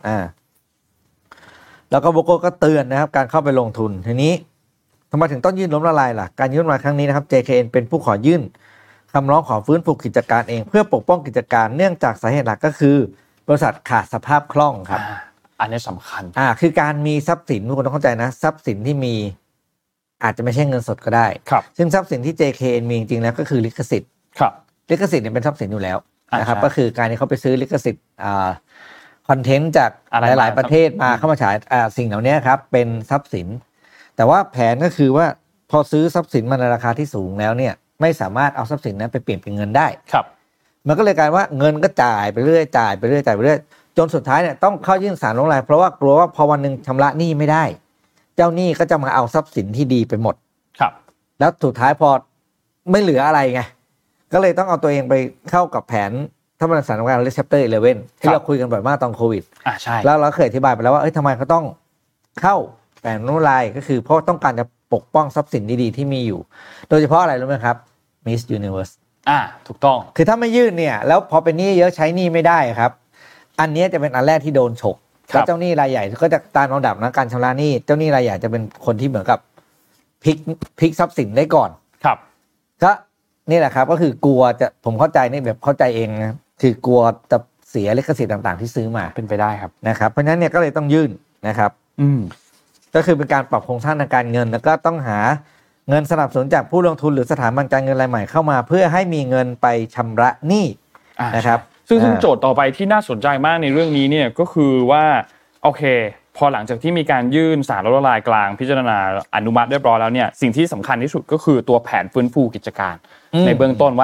แล้วก็โบโก้ก็เตือนนะครับการเข้าไปลงทุนทีนี้ทำไมถึงต้องยื่นล้มละลายล่ะการยื่นล้มละลายครั้งนี้นะครับ JKN เป็นผู้ขอยื่นคำร้องขอฟื้นฟูกิจการเองเพื่อปกป้องกิจการเนื่องจากสาเหตุหลักก็คือบริษัทขาดสภาพคล่องครับอันนี้สำคัญคือการมีทรัพย์สินทุกคนต้องเข้าใจนะทรัพย์สินที่มีอาจจะไม่ใช่เงินสดก็ได้ซึ่งทรัพย์สินที่ JKN มีจริงๆแล้วก็คือลิขสิทธิ์ลิขสิทธิ์เนี่ยเป็นทรัพย์สินอยู่แล้วนะครับก็คือการที่เขาไปซื้อลิขสิทธิ์คอนเทนต์จากหลายๆประเทศมาเข้ามาฉายสิ่งเหล่านี้ครับเป็นทรัพย์สินแต่ว่าแผนก็คือว่าพอซื้อทรัพย์สินมาในราคาที่สูงแล้วเนี่ยไม่สามารถเอาทรัพย์สินนั้นไปเปลี่ยนเป็นเงินได้มันก็เลยกลายว่าเงินก็จ่ายไปเรื่อยจนสุดท้ายเนี่ยต้องเข้ายื่นศาลล้มละลายเพราะว่ากลัวว่าพอวันนึงชำระหนี้ไม่ได้เจ้าหนี้ก็จะมาเอาทรัพย์สินที่ดีไปหมดแล้วสุดท้ายพอไม่เหลืออะไรไงก็เลยต้องเอาตัวเองไปเข้ากับแผนถ้ามันสถานการณ์ Chapter 11ที่เราคุยกันบ่อยมากตอนโควิดใช่แล้วเราเคยอธิบายไปแล้วว่าทำไมเขาต้องเข้าแผนล้มละลายก็คือเพราะต้องการจะปกป้องทรัพย์สินดีๆที่มีอยู่โดยเฉพาะอะไรรู้ไหมครับ Miss Universe ถูกต้องคือถ้าไม่ยื่นเนี่ยแล้วพอเป็นหนี้เยอะใช้หนี้ไม่ได้ครับอันนี้จะเป็นอันแรกที่โดนฉกแล้วเจ้าหนี้รายใหญ่ก็จะตามลำดับนะการชำระหนี้เจ้าหนี้รายใหญ่จะเป็นคนที่เหมือนกับพลิกทรัพย์สินได้ก่อนครับก็นี่แหละครับก็คือกลัวจะผมเข้าใจนี่แบบเข้าใจเองนะคือกลัวจะเสียลิขสิทธิ์ต่างๆที่ซื้อมาเป็นไปได้ครับนะครับเพราะฉะนั้นเนี่ยก็เลยต้องยื่นนะครับก็คือเป็นการปรับโครงสร้างทางการเงินแล้วก็ต้องหาเงินสนับสนุนจากผู้ลงทุนหรือสถาบันการเงินรายใหม่เข้ามาเพื่อให้มีเงินไปชำระหนี้นะครับซึ่งโจทย์ต่อไปที่น่าสนใจมากในเรื่องนี้เนี่ยก็คือว่าโอเคพอหลังจากที่มีการยื่นศาลล้มละลายกลางพิจารณาอนุมัติเรียบร้อยแล้วเนี่ยสิ่งที่สำคัญที่สุดก็คือตัวแผนฟื้นฟูกิจการในเบื้องต้นว่า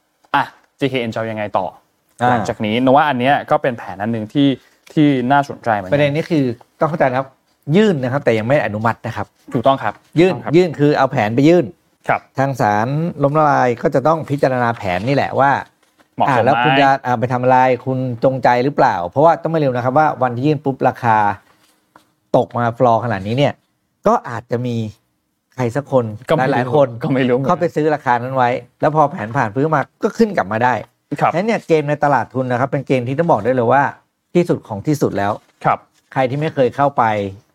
JKN จะยังไงต่อหลังจากนี้นะว่าอันเนี้ยก็เป็นแผนอันนึงที่น่าสนใจเหมือนกันประเด็นนี้คือต้องเข้าใจนะครับยื่นนะครับแต่ยังไม่อนุมัตินะครับถูกต้องครับยื่นคือเอาแผนไปยื่นครับทางศาลล้มละลายก็จะต้องพิจารณาแผนนี่แหละว่าแล้วคุณจะไปทำอะไรคุณจงใจหรือเปล่าเพราะว่าต้องไม่ลืมนะครับว่าวันที่ยื่นปุ๊บราคาตกมาฟลอร์ขนาดนี้เนี่ยก็อาจจะมีใครสักคนหลายๆคนก็ไม่รู้เข้าไปซื้อราคานั้นไว้แล้วพอแผนผ่านพื้นมาก็ขึ้นกลับมาได้งั้นเนี่ยเกมในตลาดทุนนะครับเป็นเกมที่ต้องบอกได้เลยว่าที่สุดของที่สุดแล้วครับใครที่ไม่เคยเข้าไป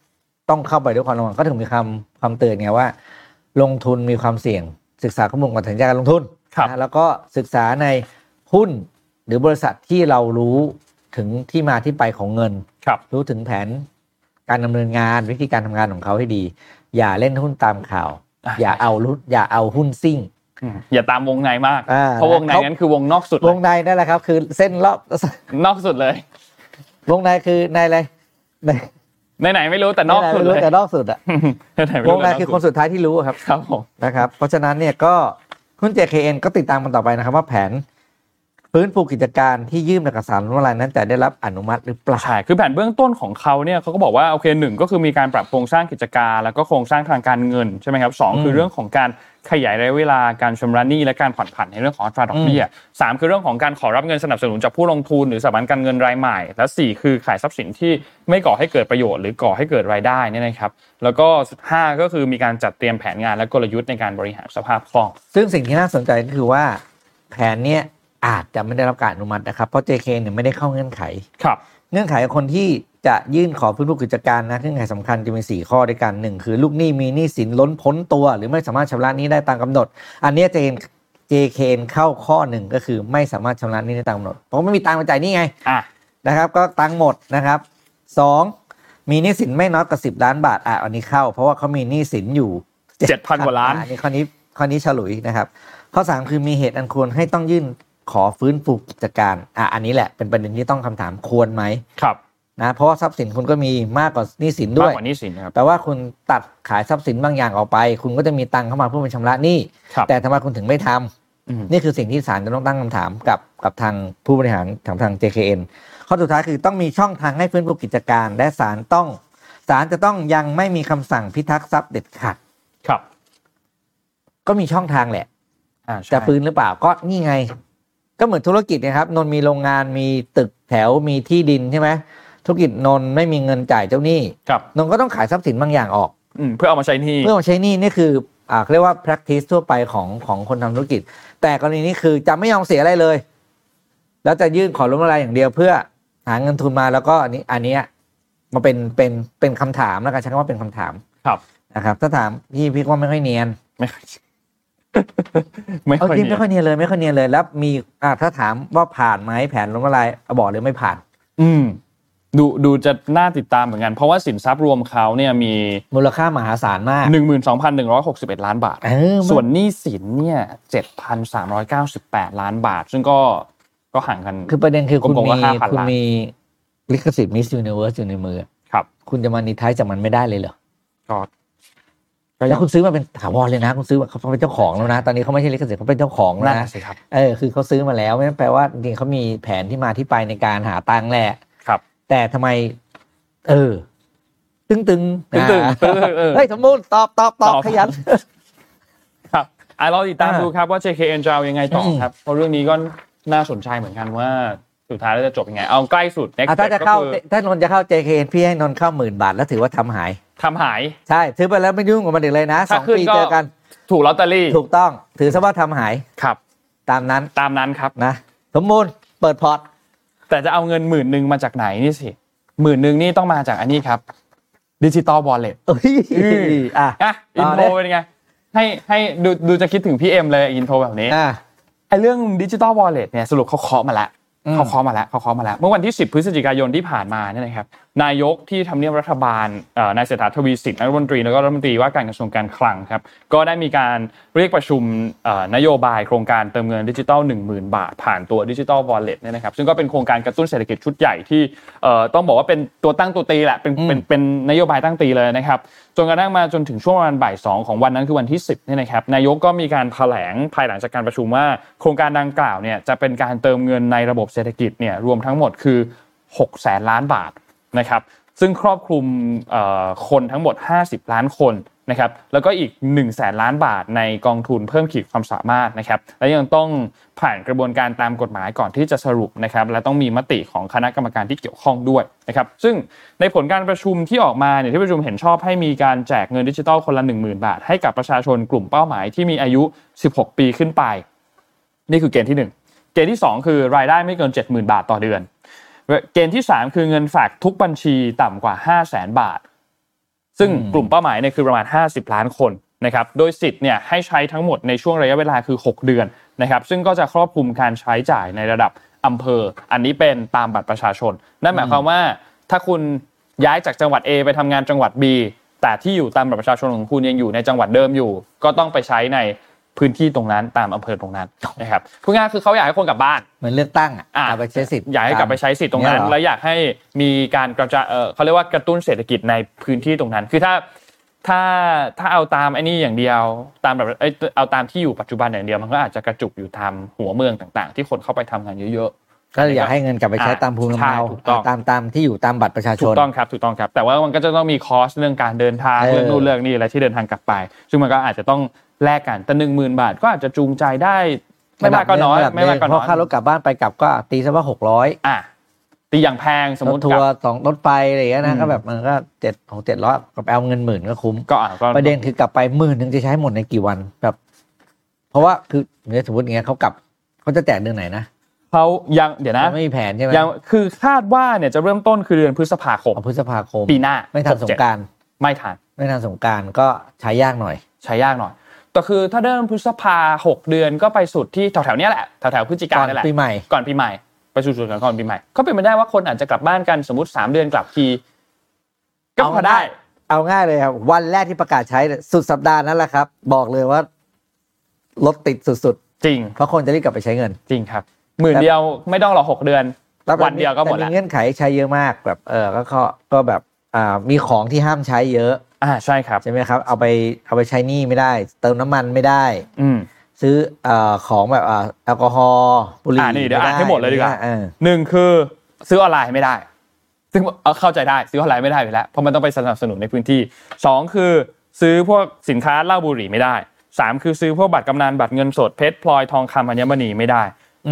ต้องเข้าไปด้วยความระวังก็ถึงมีคำเตือนไงว่าลงทุนมีความเสี่ยงศึกษาข้อมูลก่อนตัดสินใจการลงทุนนะแล้วก็ศึกษาในหุ้นหรือบริษัทที่เรารู้ถึงที่มาที่ไปของเงินรู้ถึงแผนการดำเนินงานวิธีการทำงานของเขาให้ดีอย่าเล่นหุ้นตามข่าวอย่าเอาหุ้นซิ่งอย่าตามวงในมากเพราะวงในนั้นคือวงนอกสุดวงในนั่นแหละครับคือเส้นรอบนอกสุดเลยวงในคือในอะไรไหนไม่รู้แต่นอกสุดเลยแต่นอกสุดอ่ะวงในคือคนสุดท้ายที่รู้ครับครับผมนะครับเพราะฉะนั้นเนี่ยก็หุ้น JKN ก็ติดตามกันต่อไปนะครับว่าแผนฟื้นฟูกิจการที่ยื่นเอกสารล้มละลายนั้นจะได้รับอนุมัติหรือเปล่าใช่คือแผนเบื้องต้นของเขาเนี่ยเขาก็บอกว่าโอเค1ก็คือมีการปรับโครงสร้างกิจการแล้วก็โครงสร้างทางการเงินใช่ไหมครับ2คือเรื่องของการขยายระยะเวลาการชำระหนี้และการผ่อนผันในเรื่องของอัตราดอกเบี้ย3คือเรื่องของการขอรับเงินสนับสนุนจากผู้ลงทุนหรือสถาบันการเงินรายใหม่และ4คือขายทรัพย์สินที่ไม่ก่อให้เกิดประโยชน์หรือก่อให้เกิดรายได้เนี่ยนะครับแล้วก็5ก็คือมีการจัดเตรียมแผนงานและกลยุทธ์ในการบริหารสภาพคล่องซึ่งสิ่งที่น่าสนใจก็คือว่าแผนเนี้ยอาจจะไม่ได้รับการอนุมัตินะครับเพราะ JK เนี่ยไม่ได้เข้าเงื่อนไขครับเงื่อนไขคนที่จะยื่นขอฟื้นฟูกิจการนะเงื่อนไขสำคัญจะมี4ข้อด้วยกัน1คือลูกหนี้มีหนี้สินล้นพ้นตัวหรือไม่สามารถชำระหนี้ได้ตามกำหนดอันนี้JK เข้าข้อ1ก็คือไม่สามารถชำระหนี้ได้ตามกำหนดเพราะไม่มีตังค์มาจ่ายหนี้ไงนะครับก็ตังค์หมดนะครับ2มีหนี้สินไม่น้อยกว่า10ล้านบาทอันนี้เข้าเพราะว่าเขามีหนี้สินอยู่ 7,000 กว่าล้านอันนี้ข้อนี้ฉลุยนะครับข้อ3คือมีเหตุอันควรให้ต้องยื่นขอฟื้นฟูกิจการอันนี้แหละเป็นประเด็นที่ต้องคำถามควรไหมครับนะเพราะว่าทรัพย์สินคุณก็มีมากกว่าหนี้สินด้วยมากกว่าหนี้สินครับแปลว่าคุณตัดขายทรัพย์สินบางอย่างออกไปคุณก็จะมีตังค์เข้ามาเพื่อไปชำระหนี้แต่ทำไมคุณถึงไม่ทำนี่คือสิ่งที่ศาลจะต้องตั้งคำถามกับทางผู้บริหารทาง JKN ข้อสุดท้ายคือต้องมีช่องทางให้ฟื้นฟูกิจการและศาลจะต้องยังไม่มีคำสั่งพิทักษ์ทรัพย์เด็ดขาดครับก็มีช่องทางแหละจะฟื้นหรือเปล่าก็นี่ไงก็เหมือนธุรกิจนะครับนนมีโรงงานมีตึกแถวมีที่ดินใช่ไหมธุรกิจนนไม่มีเงินจ่ายเจ้าหนี้นนก็ต้องขายทรัพย์สินบางอย่างออกเพื่อเอามาใช้หนี้นี่คือเรียกว่า practice ทั่วไปของคนทำธุรกิจแต่กรณีนี้คือจะไม่ยอมเสียอะไรเลยแล้วจะยื่นขอล้มละลายอย่างเดียวเพื่อหาเงินทุนมาแล้วก็อันนี้มาเป็นคำถามแล้วกันใช้คำว่าเป็นคำถามนะครับถ้าถามพี่ว่าไม่ค่อยเนียนไม่ค่อยเนียนเลยแล้วมีถ้าถามว่าผ่านไหมแผนล้มละลายบอกเลยไม่ผ่านดูจะน่าติดตามเหมือนกันเพราะว่าสินทรัพย์รวมเขาเนี่ยมีมูลค่ามหาศาลมาก 12,161 ล้านบาทส่วนหนี้สินเนี่ย 7,398 ล้านบาทซึ่งก็ห่างกันคือประเด็นคือคุณมีลิขสิทธิ์ Miss Universe อยู่ในมือครับคุณจะมานิทายจากมันไม่ได้เลยเหรอแล้วคุณซื้อมาเป็นถาวรเลยนะคุณซื้อเขาเป็นเจ้าของแล้วนะตอนนี้เขาไม่ใช่ลิขสิทธิ์เขาเป็นเจ้าของแล้วนะคือเขาซื้อมาแล้วนั่นแปลว่าจริงๆเขามีแผนที่มาที่ไปในการหาตังค์แหละแต่ทำไมตึงเฮ้ยสมมุติตอบขยันครับเราติดตามดูครับว่า JKN จะเอายังไงต่อครับเพราะเรื่องนี้ก็น่าสนใจเหมือนกันว่าสุดท้ายแล้วจะจบยังไงเอาใกล้สุด next ถ้านนท์จะเข้า JKN พี่ให้นนท์เข้า 10,000 บาทแล้วถือว่าทำหายใช่ซื้อไปแล้วไม่ยุ่งกับมันอีกเลยนะ2 ปีเจอกันถูกลอตเตอรี่ถูกต้องถือซะว่าทำหายครับตามนั้นครับนะสมมุติเปิดพอร์ตแต่จะเอาเงิน 10,000 มาจากไหนนี่สิ 10,000 นี่ต้องมาจากอันนี้ครับ Digital Wallet อินโทรเป็นไงให้ดูจะคิดถึงพี่เอ็มเลยอินโทรแบบนี้ไอ้เรื่อง Digital Wallet เนี่ยสรุปเขาเคาะมาแล้วเมื่อวันที่10พฤศจิกายนที่ผ่านมาเนี่ยนะครับนายกที่ทำเนียบรัฐบาลนายเศรษฐาทวีสินรัฐมนตรีแล้วก็รัฐมนตรีว่าการกระทรวงการคลังครับก็ได้มีการเรียกประชุมนโยบายโครงการเติมเงินดิจิทัล 10,000 บาทผ่านตัว Digital Wallet เนี่ยนะครับซึ่งก็เป็นโครงการกระตุ้นเศรษฐกิจชุดใหญ่ที่ต้องบอกว่าเป็นตัวตั้งตัวตีแหละเป็นนโยบายตั้งตีเลยนะครับจนกระทั่งมาจนถึงช่วงประมาณบ่าย 2ของวันนั้นคือวันที่10เนี่ยนะครับนายกก็มีการแถลงภายหลังจากการประชุมว่าโครงการดังกล่าวเนี่ยจะเป็นการเติมเงินในระบบเศรษฐกิจเนี่ยรวมทั้งหมดคือ 600,000 ล้านบาทนะครับซึ่งครอบคลุมคนทั้งหมด50ล้านคนนะครับแล้วก็อีก 100,000 ล้านบาทในกองทุนเพิ่มขีดความสามารถนะครับและยังต้องผ่านกระบวนการตามกฎหมายก่อนที่จะสรุปนะครับและต้องมีมติของคณะกรรมการที่เกี่ยวข้องด้วยนะครับซึ่งในผลการประชุมที่ออกมาเนี่ยที่ประชุมเห็นชอบให้มีการแจกเงินดิจิทัลคนละ 10,000 บาทให้กับประชาชนกลุ่มเป้าหมายที่มีอายุ16ปีขึ้นไปนี่คือเกณฑ์ที่1เกณฑ์ที่2คือรายได้ไม่เกิน 70,000 บาทต่อเดือนเกณฑ์ที่3คือเงินฝากทุกบัญชีต่ำกว่า 500,000 บาทซึ่งกลุ่มเป้าหมายเนี่ยคือประมาณ50ล้านคนนะครับโดยสิทธิ์เนี่ยให้ใช้ทั้งหมดในช่วงระยะเวลาคือ6เดือนนะครับซึ่งก็จะครอบคลุมการใช้จ่ายในระดับอำเภออันนี้เป็นตามบัตรประชาชนนั่นหมายความว่าถ้าคุณย้ายจากจังหวัด A ไปทำงานจังหวัด B แต่ที่อยู่ตามบัตรประชาชนของคุณยังอยู่ในจังหวัดเดิมอยู่ก็ต้องไปใช้ในพื้นที่ตรงนั้นตามอำเภอตรงนั้นนะครับพูดง่ายคือเขาอยากให้คนกลับบ้านเหมือนเลือกตั้งไปใช้สิทธิ์อยากให้กลับไปใช้สิทธิ์ตรงนั้นแล้วอยากให้มีการกระจายเขาเรียกว่ากระตุ้นเศรษฐกิจในพื้นที่ตรงนั้นคือถ้าเอาตามไอ้นี่อย่างเดียวตามแบบเอาตามที่อยู่ปัจจุบันอย่างเดียวมันก็อาจจะกระจุกอยู่ตามหัวเมืองต่างๆที่คนเข้าไปทำงานเยอะๆก็อยากให้เงินกลับไปใช้ตามภูมิลำเนาตามที่อยู่ตามบัตรประชาชนถูกต้องครับแต่ว่ามันก็จะต้องมีคอสเรื่องการเดินทางเรื่องนู่นเรื่องนี่อะไรที่เดินทางกลับไปซึ่งมันก็อาจจะต้องแลกกันแต่ 10,000 บาทก็อาจจะจูงใจได้ไม่มากก็น้อยไม่มากก็น้อยเพราะค่ารถกลับบ้านไปกลับก็ตีซะว่า600 ตีอย่างแพงสมมุติรถทัวร์2รถไฟอะไรอย่างเงี้ยนะก็แบบมันก็700กับเอาเงินหมื่นก็คุ้มประเด็นคือกลับไป10,000นึงจะใช้หมดในกี่วันแบบเพราะว่าคือสมมุติอย่างเงี้ยเขาจะแจกเดือนไหนนะเขายังเดี๋ยวนะไม่มีแผนใช่ไหมยังคือคาดว่าเนี่ยจะเริ่มต้นคือเดือนพฤษภาคมปีหน้าไม่ทันสงกรานต์ไม่ทันสงกรานต์ก็ใช้ยากหน่อยแต่คือถ้าเริ่มพฤษภา6เดือนก็ไปสุดที่แถวๆเนี้ยแหละแถวๆพฤศจิกายนนี่แหละก่อนปีใหม่ไปสุดก่อนปีใหม่ก็เป็นไปได้ว่าคนอาจจะกลับบ้านกันสมมุติ3เดือนกลับทีก็พอได้เอาง่ายเลยครับวันแรกที่ประกาศใช้สุดสัปดาห์นั้นแหละครับบอกเลยว่ารถติดสุดๆจริงเพราะคนจะรีบกลับไปใช้เงินจริงครับ10,000เดียวไม่ต้องรอ6เดือนวันเดียวก็หมดแล้วมีเงื่อนไขใช้เยอะมากแบบก็แบบมีของที่ห้ามใช้เยอะใช่ครับใช่ไหมครับเอาไปใช้หนี้ไม่ได้เติมน้ำมันไม่ได้ซื้อของแบบแอลกอฮอล์บุหรี่นี่เดี๋ยวอ่านให้หมดเลยดีกว่า1คือซื้อออนไลน์ไม่ได้ซึ่งเข้าใจได้ซื้อออนไลน์ไม่ได้อยู่แล้วเพราะมันต้องไปสนับสนุนในพื้นที่2คือซื้อพวกสินค้าเหล้าบุหรี่ไม่ได้3คือซื้อพวกบัตรกำนันบัตรเงินสดเพชรพลอยทองคำอัญมณีไม่ได้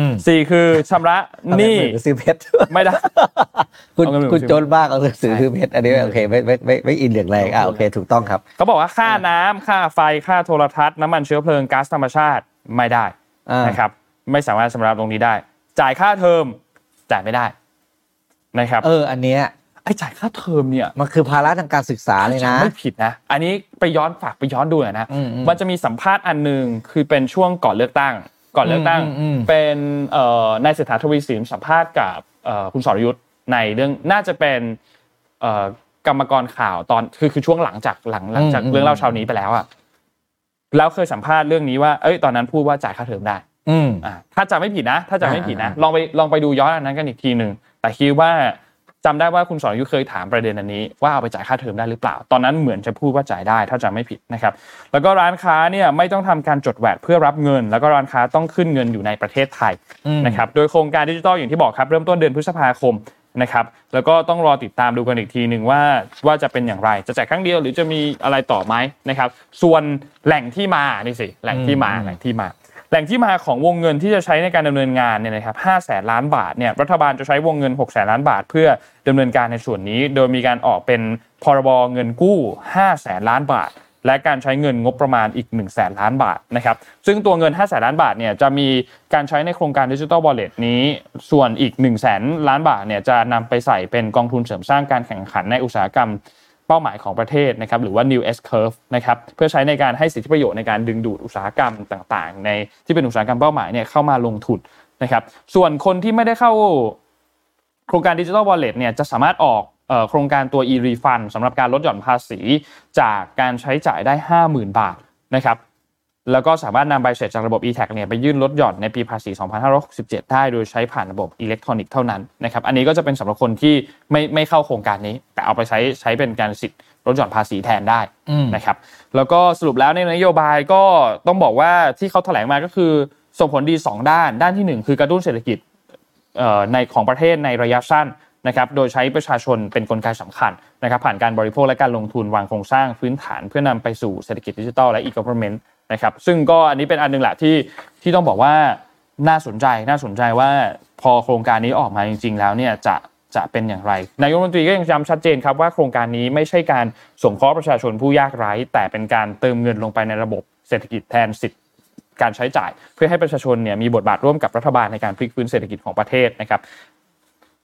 4คือชำระหนี้ซื้อเพชรไม่ได้คุณจนมากเอาซื้อเพชรอันนี้โอเคไม่อินอย่างแรงโอเคถูกต้องครับเขาบอกว่าค่าน้ำค่าไฟค่าโทรทัศน์น้ำมันเชื้อเพลิงก๊าซธรรมชาติไม่ได้นะครับไม่สามารถชำระตรงนี้ได้จ่ายค่าเทอมจ่ายไม่ได้นะครับอันเนี้ยจ่ายค่าเทอมเนี่ยมันคือภาระทางการศึกษาเลยนะไม่ผิดนะอันนี้ไปย้อนดูหน่อยนะมันจะมีสัมภาษณ์อันนึงคือเป็นช่วงก่อนเลือกตั้งเป็นนายเศรษฐาทวีสินสัมภาษณ์กับคุณสรยุทธในเรื่องน่าจะเป็นกรรมกรข่าวตอนคือช่วงหลังจากเรื่องเล่าเช้านี้ไปแล้วอ่ะแล้วเคยสัมภาษณ์เรื่องนี้ว่าตอนนั้นพูดว่าจ่ายค่าเทอมได้ถ้าจำไม่ผิดนะลองไปดูย้อนอันนั้นกันอีกทีนึงแต่คิดว่าจำได้ว่าคุณสรยุทธเคยถามประเด็นอันนี้ว่าเอาไปจ่ายค่าเทอมได้หรือเปล่าตอนนั้นเหมือนจะพูดว่าจ่ายได้ถ้าจำไม่ผิดนะครับแล้วก็ร้านค้าเนี่ยไม่ต้องทำการจดแวตเพื่อรับเงินแล้วก็ร้านค้าต้องขึ้นเงินอยู่ในประเทศไทยนะครับโดยโครงการดิจิทัลอย่างที่บอกครับเริ่มต้นเดือนพฤษภาคมนะครับแล้วก็ต้องรอติดตามดูกันอีกทีนึงว่าจะเป็นอย่างไรจะจ่ายครั้งเดียวหรือจะมีอะไรต่อไหมนะครับส่วนแหล่งที่มานี่สิแหล่งที่มาของวงเงินที่จะใช้ในการดำเนินงานเนี่ยนะครับ500,000 ล้านบาทเนี่ยรัฐบาลจะใช้วงเงิน600,000 ล้านบาทเพื่อดำเนินการในส่วนนี้โดยมีการออกเป็นพรบเงินกู้500,000 ล้านบาทและการใช้เงินงบประมาณอีก100,000 ล้านบาทนะครับซึ่งตัวเงิน500,000 ล้านบาทเนี่ยจะมีการใช้ในโครงการ Digital Wallet นี้ส่วนอีก100,000 ล้านบาทเนี่ยจะนำไปใส่เป็นกองทุนเสริมสร้างการแข่งขันในอุตสาหกรรมเป้าหมายของประเทศนะครับหรือว่า New S Curve นะครับเพื่อใช้ในการให้สิทธิประโยชน์ในการดึงดูดอุตสาหกรรมต่างๆในที่เป็นอุตสาหกรรมเป้าหมายเนี่ยเข้ามาลงทุนนะครับส่วนคนที่ไม่ได้เข้าโครงการ Digital Wallet เนี่ยจะสามารถออกโครงการตัว e-refund สำหรับการลดหย่อนภาษีจากการใช้จ่ายได้ 50,000 บาทนะครับแล้วก็สามารถนำใบเสร็จจากระบบ e-tax เนี่ยไปยื่นลดหย่อนในปีภาษี2567ได้โดยใช้ผ่านระบบอิเล็กทรอนิกส์เท่านั้นนะครับอันนี้ก็จะเป็นสำหรับคนที่ไม่เข้าโครงการนี้แต่เอาไปใช้เป็นการสิทธิ์ลดหย่อนภาษีแทนได้นะครับแล้วก็สรุปแล้วในนโยบายก็ต้องบอกว่าที่เขาแถลงมาก็คือส่งผลดี2ด้านที่1คือกระตุ้นเศรษฐกิจในของประเทศในระยะสั้นนะครับโดยใช้ประชาชนเป็นกลไกสำคัญนะครับผ่านการบริโภคและการลงทุนวางโครงสร้างพื้นฐานเพื่อนำไปสู่เศรษฐกิจดิจิทัลและ e-government นะครับซึ่งก็อันนี้เป็นอันนึงแหละที่ต้องบอกว่าน่าสนใจว่าพอโครงการนี้ออกมาจริงๆแล้วเนี่ยจะเป็นอย่างไรนายกรัฐมนตรีก็ยังย้ำชัดเจนครับว่าโครงการนี้ไม่ใช่การสงเคราะห์ประชาชนผู้ยากไร้แต่เป็นการเติมเงินลงไปในระบบเศรษฐกิจแทนสิทธิการใช้จ่ายเพื่อให้ประชาชนเนี่ยมีบทบาทร่วมกับรัฐบาลในการพลิกฟื้นเศรษฐกิจของประเทศนะครับ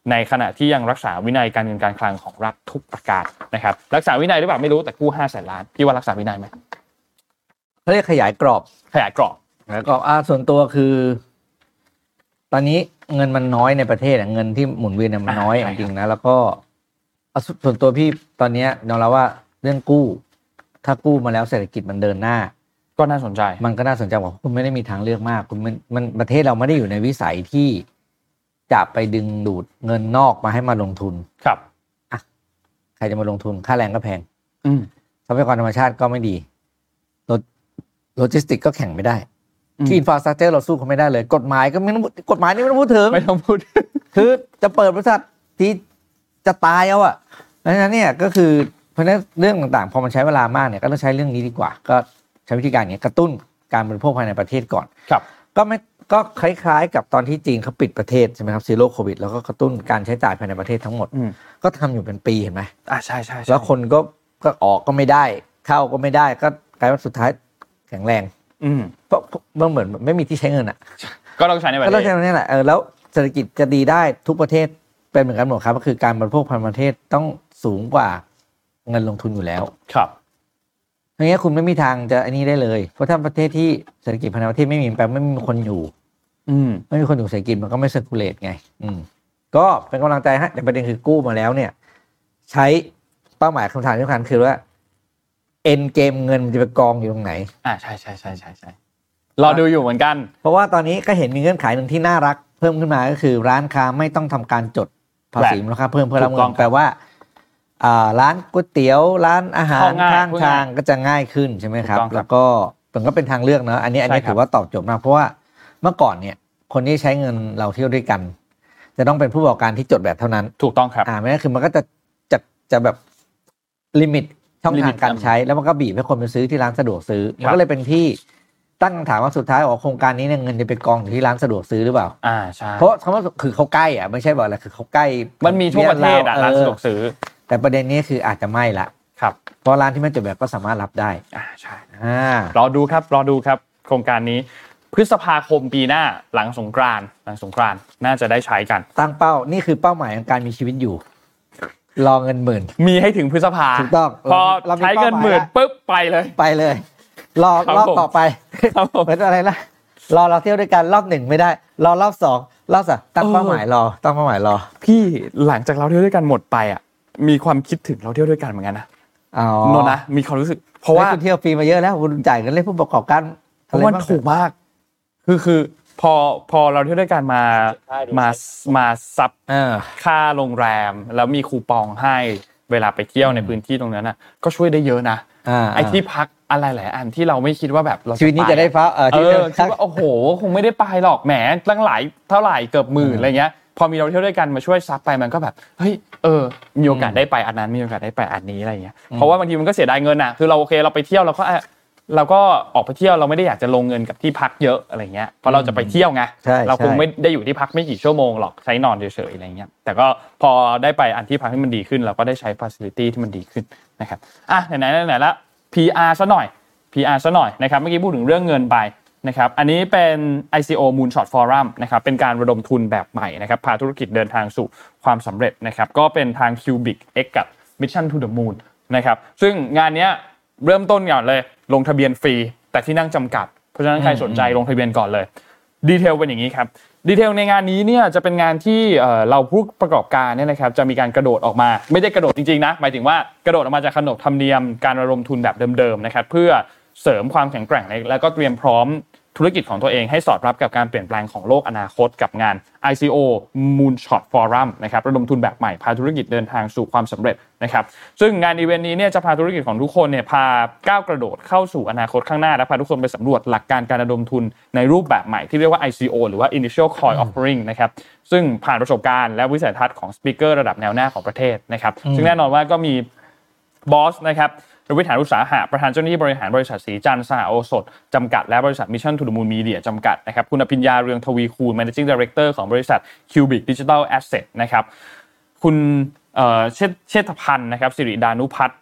ในขณะที่ยังรักษาวินัยการเงินการคลังของรัฐทุกประการนะครับรักษาวินัยหรือเปล่าไม่รู้แต่กู้ 500,000 ล้านพี่ว่ารักษาวินัยมั้ยเขาเรียกขยายกรอบแล้วก็ส่วนตัวคือตอนนี้เงินมันน้อยในประเทศเงินที่หมุนเวียนมันน้อยจริงๆนะแล้วก็ส่วนตัวพี่ตอนนี้ยอมรับว่าเรื่องกู้ถ้ากู้มาแล้วเศรษฐกิจมันเดินหน้าก็น่าสนใจมันก็น่าสนใจว่าคุณไม่ได้มีทางเลือกมากคุณมันประเทศเราไม่ได้อยู่ในวิสัยที่จะไปดึงดูดเงินนอกมาให้มาลงทุนครับอ่ะใครจะมาลงทุนค่าแรงก็แพงทรัพยากรธรรมชาติก็ไม่ดีโลจิสติกก็แข่งไม่ได้ที่อินฟราสตรัคเจอร์เราสู้เขาไม่ได้เลยกฎหมายก็ไม่ต้องกฎหมายนี่ไม่ต้องพูดถึงคือจะเปิดบริษัทที่จะตายเอาอ่ะดังนั้นเนี่ยก็คือเพราะฉะนั้นเรื่องต่างๆพอมันใช้เวลามากเนี่ยก็ต้องใช้เรื่องนี้ดีกว่าก็ใช้วิธีการอย่างนี้กระตุ้นการบริโภคภายในประเทศก่อนครับก็คล้ายๆกับตอนที่จีนเขาปิดประเทศใช่ไหมครับซีโร่โควิดแล้วก็กระตุ้นการใช้จ่ายภายในประเทศทั้งหมดก็ทำอยู่เป็นปีเห็นไหมใช่แล้วคนก็ออกก็ไม่ได้เข้าก็ไม่ได้ก็กลายว่าสุดท้ายแข็งแรงเพราะมันเหมือนไม่มีที่ใช้เงินอ่ะก็ต้องใช้ในประเทศก็ต้องใช้นี่แหละแล้วเศรษฐกิจจะดีได้ทุกประเทศเป็นเหมือนกันหมดครับก็คือการบริโภคภายในประเทศต้องสูงกว่าเงินลงทุนอยู่แล้วครับอย่างเงี้ยคุณไม่มีทางจะอันนี้ได้เลยเพราะถ้าประเทศที่เศรษฐกิจภายในประเทศไม่มีแปลไม่มีคนอยู่ไม่มีคนอยู่เศรษฐกิจมันก็ไม่เซอร์คูลเลตไงก็เป็นกำลังใจให้แต่ประเด็นคือกู้มาแล้วเนี่ยใช้เป้าหมายคำถามสำคัญคือว่าเอ็นเกมเงินมันจะไปกองอยู่ตรงไหนใช่รอดูอยู่เหมือนกันเพราะว่าตอนนี้ก็เห็นมีเงื่อนไขนึงที่น่ารักเพิ่มขึ้นมาก็คือร้านค้าไม่ต้องทำการจดภาษีมูลค่าเพิ่มเพื่อรับเงินแปลว่าร้านก๋วยเตี๋ยวร้านอาหารข้างทางก็จะง่ายขึ้นใช่ไหมครับแล้วก็มันก็เป็นทางเลือกเนอะอันนี้ถือว่าตอบโจทย์มากเพราะว่าเมื่อก่อนเนี่ยคนที่ใช้เงินเราเที่ยวด้วยกันจะต้องเป็นผู้ประกอบการที่จดแบบเท่านั้นถูกต้องครับไม่งั้นคือมันก็จะแบบลิมิตช่องทางการใช้แล้วมันก็บีบให้คนไปซื้อที่ร้านสะดวกซื้อมันก็เลยเป็นที่ตั้งคำถามว่าสุดท้ายโครงการนี้เนี่ยเงินจะไปกองอยู่ที่ร้านสะดวกซื้อหรือเปล่าใช่เพราะคำว่าคือเขาใกล้ไม่ใช่บอกอะไรคือเขาใกล้มันมีทั่วประเทศร้านสะดวกซื้อแต่ประเด็นนี้คืออาจจะไม่ละครับเพราะร้านที่ไม่จดแบบก็สามารถรับได้ใช่รอดูครับโครงการนี้พฤษภาคมปีหน้าหลังสงกรานต์น่าจะได้ใช้กันตั้งเป้านี่คือเป้าหมายของการมีชีวิตอยู่รอเงินหมื่นมีให้ถึงพฤษภาถูกต้องพอใช้เงินหมื่นปุ๊บไปเลยรอรอบต่อไปเหมือนอะไรล่ะรอเราเที่ยวด้วยกันรอบ1ไม่ได้รอรอบ2รอบ3ตั้งเป้าหมายรอพี่หลังจากเราเที่ยวด้วยกันหมดไปอ่ะมีความคิดถึงเราเที่ยวด้วยกันเหมือนกันนะโน่นนะมีความรู้สึกเพราะว่าคุณเที่ยวฟรีมาเยอะแล้วคุณจ่ายเงินเล่นผู้ประกอบการเพราะมันถูกมากคือพอเราเที่ยวด้วยกันมาซับค่าโรงแรมแล้วมีคูปองให้เวลาไปเที่ยวในพื้นที่ตรงนั้นน่ะก็ช่วยได้เยอะนะไอ้ที่พักอะไรหลายอันที่เราไม่คิดว่าแบบเราชีวิตนี้จะได้ฟ้าที่คิดว่าโอ้โหคงไม่ได้ไปหรอกแหมตั้งหลายเท่าไหร่เกือบหมื่นอะไรเงี้ยพอมีเราเที่ยวด้วยกันมาช่วยซับไปมันก็แบบเฮ้ยมีโอกาสได้ไปอันนั้นมีโอกาสได้ไปอันนี้อะไรเงี้ยเพราะว่าบางทีมันก็เสียดายเงินน่ะคือเราโอเคเราไปเที่ยวเราก็ออกไปเที่ยวเราไม่ได้อยากจะลงเงินกับที่พักเยอะอะไรเงี้ยเพราะเราจะไปเที่ยวไงเราคงไม่ได้อยู่ที่พักไม่กี่ชั่วโมงหรอกใช้นอนเฉยๆอะไรเงี้ยแต่ก็พอได้ไปอันที่พักที่มันดีขึ้นเราก็ได้ใช้ facility ที่มันดีขึ้นนะครับไหนละ PR ซะหน่อยนะครับเมื่อกี้พูดถึงเรื่องเงินไปนะครับอันนี้เป็น ICO Moonshot Forum นะครับเป็นการระดมทุนแบบใหม่นะครับพาธุรกิจเดินทางสู่ความสำเร็จนะครับก็เป็นทาง Cubic X กับ Mission to the Moon นะครับซึ่งงานนี้เริ่มต้นก่อนเลยลงทะเบียนฟรีแต่ที่นั่งจำกัดเพราะฉะนั้นใครสนใจลงทะเบียนก่อนเลยดีเทลเป็นอย่างนี้ครับดีเทลในงานนี้เนี่ยจะเป็นงานที่เราผู้ประกอบการเนี่ยนะครับจะมีการกระโดดออกมาไม่ได้กระโดดจริงๆนะหมายถึงว่ากระโดดออกมาจากขนบธรรมเนียมการระดมทุนแบบเดิมๆนะครับเพื่อเสริมความแข็งแกร่งแล้วก็เตรียมพร้อมธุรกิจของตัวเองให้สอดรับกับการเปลี่ยนแปลงของโลกอนาคตกับงาน ICO Moonshot Forum นะครับระดมทุนแบบใหม่พาธุรกิจเดินทางสู่ความสำเร็จนะครับซึ่งงานอีเวนต์นี้เนี่ยจะพาธุรกิจของทุกคนเนี่ยพาก้าวกระโดดเข้าสู่อนาคตข้างหน้าและพาทุกคนไปสำรวจหลักการการระดมทุนในรูปแบบใหม่ที่เรียกว่า ICO หรือว่า Initial Coin Offering นะครับซึ่งผ่านประสบการณ์และวิสัยทัศน์ของสปีกเกอร์ระดับแนวหน้าของประเทศนะครับซึ่งแน่นอนว่าก็มีบอสนะครับวิทยาอุตสาหะประธานเจ้าหน้าที่บริหารบริษัทสีจันทร์สหโอสถจำกัดและบริษัท Mission to the Moon Media จำกัดนะครับคุณอภิญญาเรืองทวีคูณ Managing Director ของบริษัท Cubic Digital Asset นะครับคุณเชษฐพันธ์นะครับสิริดานุพัฒน์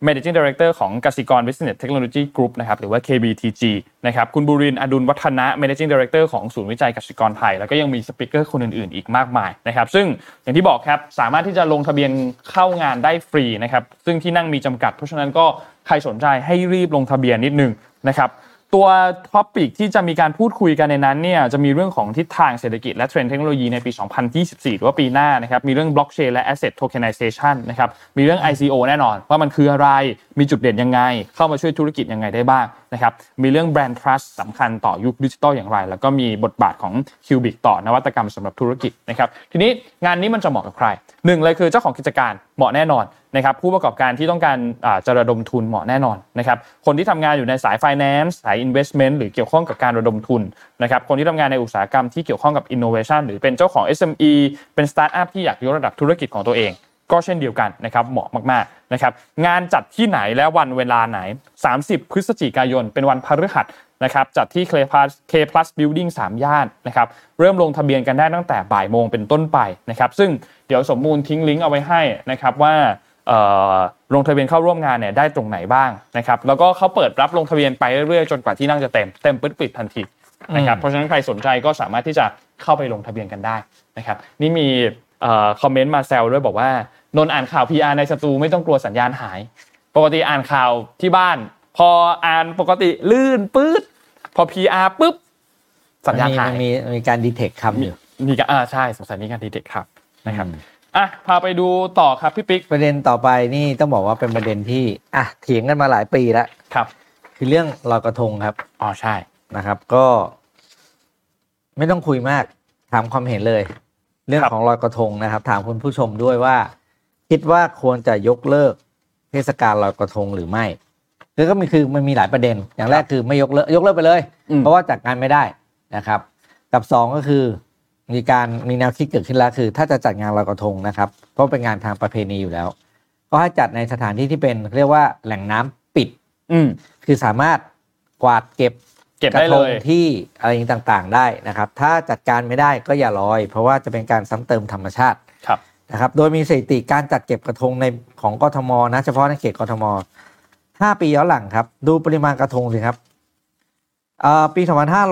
Managing Director ของกสิกร Business Technology Group นะครับหรือว่า KBTG นะครับคุณบุรินทร์อดุลวัฒนะ Managing Director ของศูนย์วิจัยกสิกรไทยแล้วก็ยังมีสปีกเกอร์คนอื่นๆอีกมากมายนะครับซึ่งอย่างที่บอกครับสามารถที่จะลงทะเบียนเข้างานได้ฟรีนะครับซึ่งที่นั่งมีจำกัดเพราะฉะนั้นก็ใครสนใจให้รีบลงทะเบียนนิดนึงนะครับตัวท็อปิกที่จะมีการพูดคุยกันในนั้นเนี่ยจะมีเรื่องของทิศทางเศรษฐกิจและเทรนด์เทคโนโลยีในปี 2024 หรือว่าปีหน้านะครับมีเรื่องบล็อกเชนและ Asset Tokenization นะครับมีเรื่อง ICO แน่นอนว่ามันคืออะไรมีจุดเด่นยังไงเข้ามาช่วยธุรกิจยังไงได้บ้างนะครับมีเรื่อง Brand Trust สำคัญต่อยุคดิจิทัลอย่างไรแล้วก็มีบทบาทของ Cubic ต่อนวัตกรรมสำหรับธุรกิจนะครับทีนี้งานนี้มันจะเหมาะกับใครหนึ่งเลยคือเจ้าของกิจการเหมาะแน่นอนนะครับผู้ประกอบการที่ต้องการจะระดมทุนเหมาะแน่นอนนะครับคนที่ทำงานอยู่ในสาย Finance สาย Investment หรือเกี่ยวข้องกับการระดมทุนนะครับคนที่ทำงานในอุตสาหกรรมที่เกี่ยวข้องกับ Innovation หรือเป็นเจ้าของ SME เป็น Startup ที่อยากยกระดับธุรกิจของตัวเองก็เช่นเดียวกันนะครับเหมาะมากๆนะครับงานจัดที่ไหนและวันเวลาไหน30พฤศจิกายนเป็นวันพฤหัสนะครับจัดที่ K Plus Building 3 ย่านนะครับเริ่มลงทะเบียนกันได้ตั้งแต่บ่ายโมงเป็นต้นไปนะครับซึ่งเดี๋ยวสมมูลทิ้งลิงก์เอาไว้ให้นะครับว่าลงทะเบียนเข้าร่วมงานเนี่ยได้ตรงไหนบ้างนะครับแล้วก็เขาเปิดรับลงทะเบียนไปเรื่อยๆจนกว่าที่นั่งจะเต็มปึ๊ดปิดทันทีนะครับเพราะฉะนั้นใครสนใจก็สามารถที่จะเข้าไปลงทะเบียนกันได้นะครับนี่มีคอมเมนต์มาแซวด้วยบอกว่านนท์อ่านข่าว PR ในสตูไม่ต้องกลัวสัญญาณหายปกติอ่านข่าวที่บ้านพออ่านปกติลื่นปื๊ดพอ PR ปุ๊บสัญญาณหายมีการดีเทคคำอยู่มีการใช่สงสัยมีการดีเทคครับนะครับพาไปดูต่อครับพี่ปิ๊กประเด็นต่อไปนี่ต้องบอกว่าเป็นประเด็นที่เถียงกันมาหลายปีแล้วครับคือเรื่องลอยกระทงครับใช่นะครับก็ไม่ต้องคุยมากถามความเห็นเลยเรื่องของลอยกระทงนะครับถามคุณผู้ชมด้วยว่าคิดว่าควรจะยกเลิกเทศกาลลอยกระทงหรือไม่คือมันมีหลายประเด็นอย่างแรกคือไม่ยกเลิกไปเลยเพราะว่าจัดการไม่ได้นะครับกับ2ก็คือมีแนวคิดเกิดขึ้นแล้วคือถ้าจะจัดงานลอยกระทงนะครับเพราะเป็นงานทางประเพณีอยู่แล้วก็ให้จัดในสถานที่ที่เป็นเรียกว่าแหล่งน้ำปิดคือสามารถกวาดเก็บกระทงที่อะไรต่างๆได้นะครับถ้าจัดการไม่ได้ก็อย่าลอยเพราะว่าจะเป็นการซ้ำเติมธรรมชาตินะครับโดยมีสถิติการจัดเก็บกระทงในของกทมนะเฉพาะในเขตกทม5 ปีย้อนหลังครับดูปริมาณกระทงสิครับปี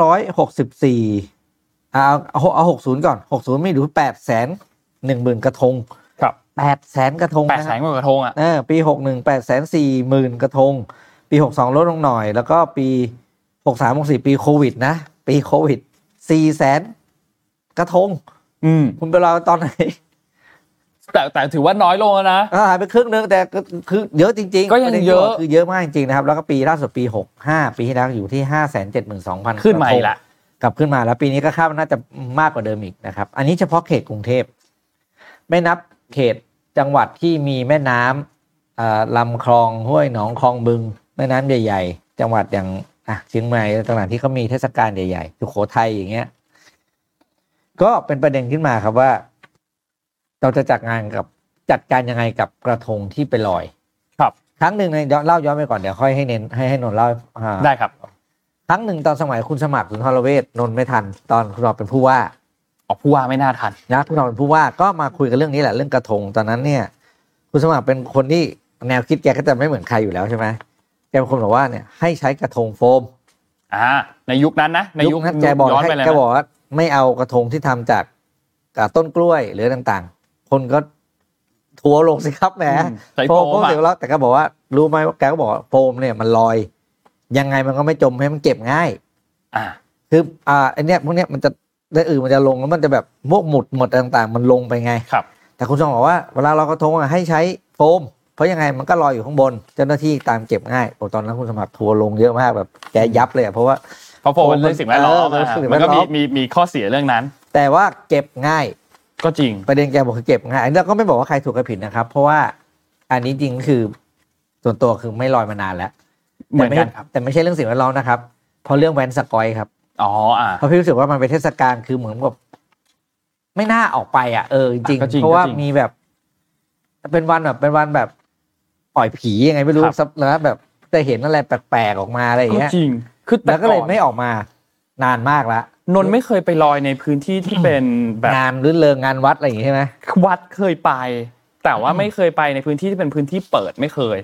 2564เอา60ก่อน60มีดู 810,000 กระทงครับ 800,000 กระทง 800,000 กว่า กระทงปี61 840,000 กระทงปี62ลดลงหน่อยแล้วก็ปี63-64ปีโควิดนะปีโควิด 400,000 กระทงคุณไปรอตอนไหนแต่ถือว่าน้อยลงแล้วนะหายไปครึ่งนึงแต่คือเยอะจริงๆก็ยังเยอะคือเยอะมากจริงๆนะครับแล้วก็ปีล่าสุดปี65ปีที่แล้วอยู่ที่ 572,000 ขึ้นมาอีกแล้วกลับขึ้นมาแล้วปีนี้ก็คาดว่าน่าจะมากกว่าเดิมอีกนะครับอันนี้เฉพาะเขตกรุงเทพไม่นับเขตจังหวัดที่มีแม่น้ำลำคลองห้วยหนองคลองบึงแม่น้ำใหญ่ๆจังหวัดอย่างเชียงใหม่ต่างๆที่เขามีเทศกาลใหญ่ๆสุโขทัยอย่างเงี้ยก็เป็นประเด็นขึ้นมาครับว่าเราจะจัดการยังไงกับกระทงที่ไปลอยครับครั้งหนึ่งเล่าย้อนไปก่อนเดี๋ยวค่อยให้นนท์เล่าได้ครับครั้งหนึ่งตอนสมัยคุณสมัครสุนทรเวชนนท์ไม่ทันตอนคุณเราเป็นผู้ว่าผู้ว่าไม่น่าทันนะคุณเราเป็นผู้ว่าก็มาคุยกันเรื่องนี้แหละเรื่องกระทงตอนนั้นเนี่ยคุณสมัครเป็นคนที่แนวคิดแกก็จะไม่เหมือนใครอยู่แล้วใช่ไหมแกเป็นคนบอกว่าเนี่ยให้ใช้กระทงโฟมในยุคนั้นนะในยุคนั้นแกบอกว่าไม่เอากระทงที่ทำจากต้นกล้วยหรือต่างๆคนก็ทัวลงสิครับแหมโฟมเดี๋ยวแล้วแต่ก็บอกว่ารู้ไหมว่าแกก็บอกโฟมเนี่ยมันลอยยังไงมันก็ไม่จมให้มันเก็บง่ายคือไอเนี้ยพวกเนี้ยมันจะได้มันจะลงแล้วมันจะแบบพวกหมุดต่างๆมันลงไปไงครับแต่คุณชองบอกว่าเวลาเรากระทงให้ใช้โฟมเพราะยังไงมันก็ลอยอยู่ข้างบนเจ้าหน้าที่ตามเก็บง่ายตอนนั้นคุณสมัครทัวลงเยอะมากแบบแกยับเลยเพราะว่าโฟมมันเรื่องสิ่งแวดล้อมมันก็มีข้อเสียเรื่องนั้นแต่ว่าเก็บง่ายก็จริงประเด็นแกบอกคือเก็บง่ายอันนี้ก็ไม่บอกว่าใครถูกใครผิดนะครับเพราะว่าอันนี้จริงคือส่วนตัวคือไม่ลอยมานานแล้วเหมือนกันครับแต่ไม่ใช่เรื่องสิ่งแวดล้อมนะครับเพราะเรื่องแว้นสกอยครับเพราะพี่รู้สึกว่ามันเป็นเทศกาลคือเหมือนกับไม่น่าออกไปจริงเพราะว่ามีแบบเป็นวันแบบปล่อยผียังไงไม่รู้แล้วแบบจะเห็นอะไรแปลกๆออกมาอะไรอย่างเงี้ยจริงแล้วก็เลยไม่ออกมานานมากแล้วนนไม่เคยไปลอยในพื้นที่ที่เป็นแบบงานรื่นเริงงานวัดอะไรอย่างงี้ใช่ไหมวัดเคยไปแต่ว่าไม่เคยไปในพื้นที่ที่เป็นพื้นที่เปิดไม่เคย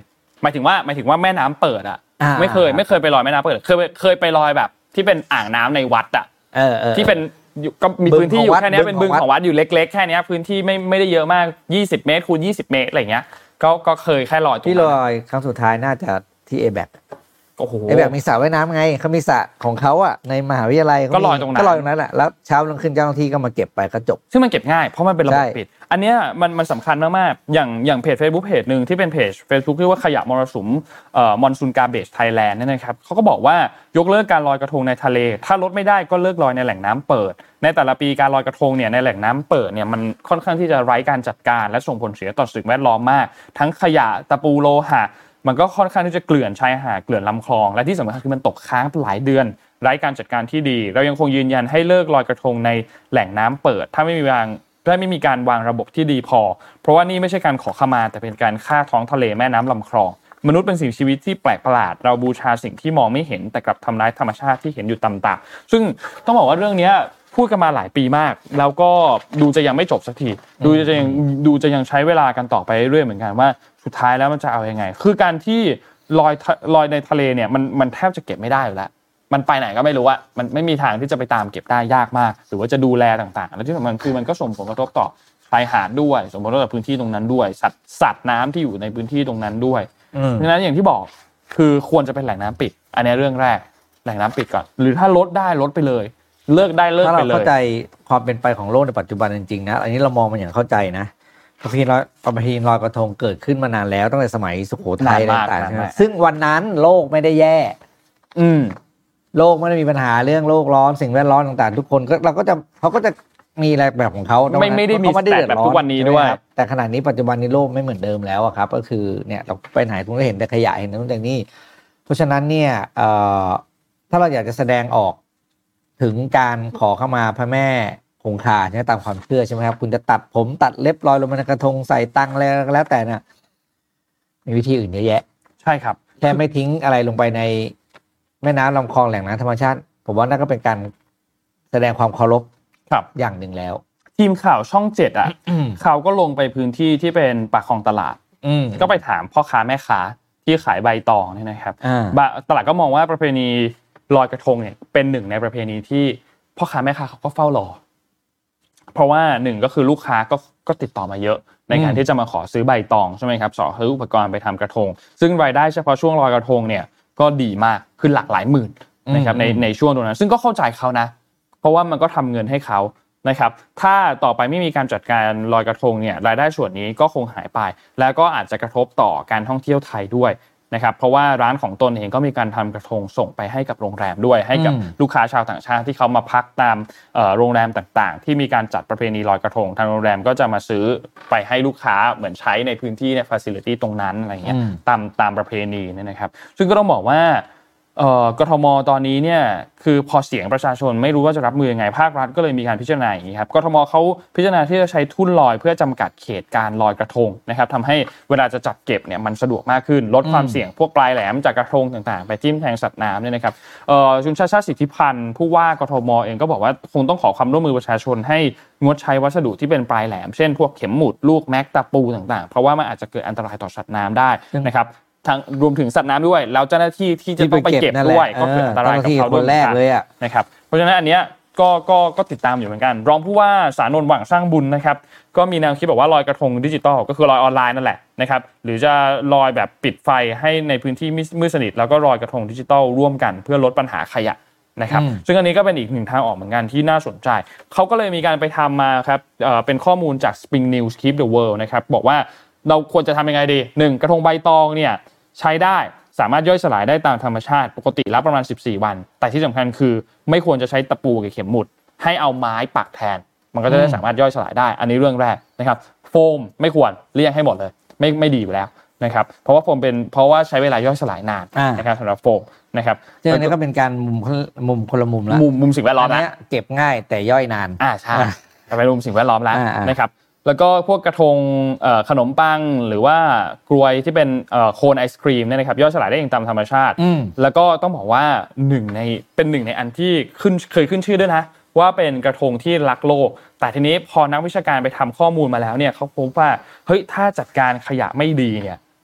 หมายถึงว่าแม่น้ำเปิดอ่ะไม่เคยไปลอยแม่น้ำเปิดเคยไปลอยแบบที่เป็นอ่างน้ำในวัดอ่ะที่เป็นก็มีพื้นที่อยู่แค่นี้เป็นบึงของวัดอยู่เล็กๆแค่นี้พื้นที่ไม่ได้เยอะมาก20เมตรคูณ20เมตรอะไรอย่างเงี้ยก็เคยแค่ลอยที่ลอยครั้งสุดท้ายน่าจะที่ ABAC โอ้โห ABAC มีสระว่ายน้ำไงเขามีสระของเขาอ่ะในมหาวิทยาลัยก็ลอยตรงนั้นแหละแล้วเช้าลงขึ้นเจ้าหน้าที่ก็มาเก็บไปก็จบซึ่งมันเก็บง่ายเพราะมันเป็นระบบปิดอันเนี้ยมันสำคัญมากๆอย่างเพจ Facebook เพจนึงที่เป็นเพจ Facebook ที่ว่าขยะมรสุมมอนซูนการ์เบจไทยแลนด์เนี่ยนะครับเขาก็บอกว่ายกเลิกการลอยกระทงในทะเลถ้าลดไม่ได้ก็เลิกลอยในแหล่งน้ำเปิดในแต่ละปีการลอยกระทงเนี่ยในแหล่งน้ำเปิดเนี่ยมันค่อนข้างที่จะไร้การจัดการและส่งผลเสียต่อสิ่งแวดล้อมมากทั้งขยะตะปูโลหะมันก็ค่อนข้างที่จะเกลื่อนชายหาดเกลื่อนลำคลองและที่สำคัญคือมันตกค้างหลายเดือนไร้การจัดการที่ดีเรายังคงยืนยันให้เลิกลอยกระทงในแหล่งน้ำเปิดถ้าไม่มีการวางระบบที่ดีพอเพราะว่านี่ไม่ใช่การขอขมาแต่เป็นการฆ่าท้องทะเลแม่น้ำลำคลองมนุษย์เป็นสิ่งชีวิตที่แปลกประหลาดเราบูชาสิ่งที่มองไม่เห็นแต่กลับทำร้ายธรรมชาติที่เห็นอยู่ตามตาซึ่งต้องบอกว่าเรื่องนี้พูดกันมาหลายปีมากแล้วก็ดูจะยังไม่จบสักทีดูจะยังใช้เวลากันต่อไปเรื่อยๆเหมือนกันว่าสุดท้ายแล้วมันจะเอายังไงคือการที่ลอยในทะเลเนี่ยมันแทบจะเก็บไม่ได้อยู่แล้วมันไปไหนก็ไม่รู้อะมันไม่มีทางที่จะไปตามเก็บได้ยากมากหรือว่าจะดูแลต่างๆแล้วที่สำคัญคือมันก็ส่งผลกระทบต่อชายหาดด้วยส่งผลกระทบต่อพื้นที่ตรงนั้นด้วยสัตว์น้ำที่อยู่ในพื้นที่ตรงนั้นด้วยเพราะฉะนั้นอย่างที่บอกคือควรจะเป็นแหล่งน้ำปิดอันนี้เรื่องแรกแหล่งน้ำปิดก่อนหรือถ้าลดได้ลดไปเลยเลิกได้เลิกไปเลยถ้าเราเข้าใจความเป็นไปของโลกในปัจจุบันจริงๆนะอันนี้เรามองมันอย่างเข้าใจนะประเพณีลอยกระทงเกิดขึ้นมานานแล้วตั้งแต่สมัยสุโขทัยต่างๆซึ่งวันนั้นโลกไม่ได้แย่โลกไม่ได้มีปัญหาเรื่องโลกร้อนสิ่งแวดล้อมต่างๆทุกคนก็เขาก็จะมีอะไรแบบของเขาไม่ได้มีแบบทุกวันนี้ด้วยแต่ขณะนี้ปัจจุบันนี้โลกไม่เหมือนเดิมแล้วครับก็คือเนี่ยเราไปไหนคุณก็เห็นแต่ขยะเห็นนู่นแต่นี่เพราะฉะนั้นเนี่ยถ้าเราอยากจะแสดงออกถึงการขอเข้ามาพระแม่คงคาใช่ไหมตามความเชื่อใช่ไหมครับคุณจะตัดผมตัดเล็บลอยลงในกระทงใส่ตังอะไรก็แล้วแต่น่ะมีวิธีอื่นเยอะแยะใช่ครับแค่ไม่ทิ้งอะไรลงไปในแม่น้ำลำคลองแหล่งน้ำธรรมชาติผมว่านั่นก็เป็นการแสดงความเคารพอย่างหนึ่งแล้วทีมข่าวช่อง7อ่ะเขาก็ลงไปพื้นที่ที่เป็นปากคลองตลาดก็ไปถามพ่อค้าแม่ค้าที่ขายใบตองเนี่ยนะครับตลาดก็มองว่าประเพณีลอยกระทงเนี่ยเป็นหนึ่งในประเพณีที่พ่อค้าแม่ค้าเขาก็เฝ้ารอเพราะว่า1ก็คือลูกค้าก็ติดต่อมาเยอะในการที่จะมาขอซื้อใบตองใช่ไหมครับซื้ออุปกรณ์ไปทำกระทงซึ่งรายได้เฉพาะช่วงลอยกระทงเนี่ยก็ดีมากคือหลักหลายหมื่นนะครับในช่วงตรงนั้นซึ่งก็เข้าใจเขานะเพราะว่ามันก็ทำเงินให้เขานะครับถ้าต่อไปไม่มีการจัดการลอยกระทงเนี่ยรายได้ส่วนนี้ก็คงหายไปแล้วก็อาจจะกระทบต่อการท่องเที่ยวไทยด้วยนะครับเพราะว่าร้านของตนเองก็มีการทำกระทงส่งไปให้กับโรงแรมด้วยให้กับลูกค้าชาวต่างชาติที่เขามาพักตามโรงแรมต่างๆที่มีการจัดประเพณีลอยกระทงทางโรงแรมก็จะมาซื้อไปให้ลูกค้าเหมือนใช้ในพื้นที่ใน facility ตรงนั้นอะไรเงี้ยตามประเพณีเนี่ยนะครับซึ่งก็ต้องบอกว่ากทมตอนนี้เนี่ยคือพอเสียงประชาชนไม่รู้ว่าจะรับมือยังไงภาครัฐก็เลยมีการพิจารณาอย่างนี้ครับกทมเขาพิจารณาที่จะใช้ทุ่นลอยเพื่อจำกัดเขตการลอยกระทงนะครับทำให้เวลาจะจับเก็บเนี่ยมันสะดวกมากขึ้นลดความเสี่ยงพวกปลายแหลมจากกระทงต่างๆไปทิ่มแทงสัตว์น้ำเนี่ยนะครับคุณชาติชาติสิทธิพันธ์ผู้ว่ากทมเองก็บอกว่าคงต้องขอความร่วมมือประชาชนให้งดใช้วัสดุที่เป็นปลายแหลมเช่นพวกเข็มหมุดลูกแม็กตะปูต่างๆเพราะว่ามันอาจจะเกิดอันตรายต่อสัตว์น้ำได้นะครับรวมถึงสัตว์น้ำด้วยแล้วเจ้าหน้าที่ที่จะต้องไปเก็บด้วยก็เกิดอันตรายกับเขาด้วยนะครับเพราะฉะนั้นอันเนี้ยก็ติดตามอยู่เหมือนกันรองผู้ว่าสานนท์หวังสร้างบุญนะครับก็มีแนวคิดบอกว่าลอยกระทงดิจิตอลก็คือลอยออนไลน์นั่นแหละนะครับหรือจะลอยแบบปิดไฟให้ในพื้นที่มืดสนิทแล้วก็ลอยกระทงดิจิตอลร่วมกันเพื่อลดปัญหาขยะนะครับซึ่งอันนี้ก็เป็นอีกหนึ่งทางออกเหมือนกันที่น่าสนใจเขาก็เลยมีการไปทำมาครับเป็นข้อมูลจาก Spring News Keep the World นะครับบอกว่าเราควรจะทำยังไงดี1กระทงใบตองเนี่ยใช้ได้สามารถย่อยสลายได้ตามธรรมชาติปกติแล้วประมาณ14วันแต่ที่สำคัญคือไม่ควรจะใช้ตะปูกับเข็มหมุดให้เอาไม้ปักแทนมันก็จะได้สามารถย่อยสลายได้อันนี้เรื่องแรกนะครับโฟมไม่ควรเลี่ยงให้หมดเลยไม่ดีอยู่แล้วนะครับเพราะว่าโฟมเพราะว่าใช้เวลาย่อยสลายนานนะครับสำหรับโฟมนะครับซึ่งอันนี้ก็เป็นการมุมคนละมุมแล้วมุมสิ่งแวดล้อมนะเก็บง่ายแต่ย่อยนานใช่ไปมุมสิ่งแวดล้อมแล้วนะครับแล้วก็พวกกระทงขนมปังหรือว่ากลวยที่เป็นโคนไอศกรีมเนี่ยนะครับย่อยสลายได้เองตามธรรมชาติแล้วก็ต้องบอกว่าเป็นหนึ่งในอันที่เคยขึ้นชื่อด้วยนะว่าเป็นกระทงที่รักโลกแต่ทีนี้พอนักวิชาการไปทำข้อมูลมาแล้วเนี่ยเขาพบว่าเฮ้ยถ้าจัดการขยะไม่ดีเนี่ย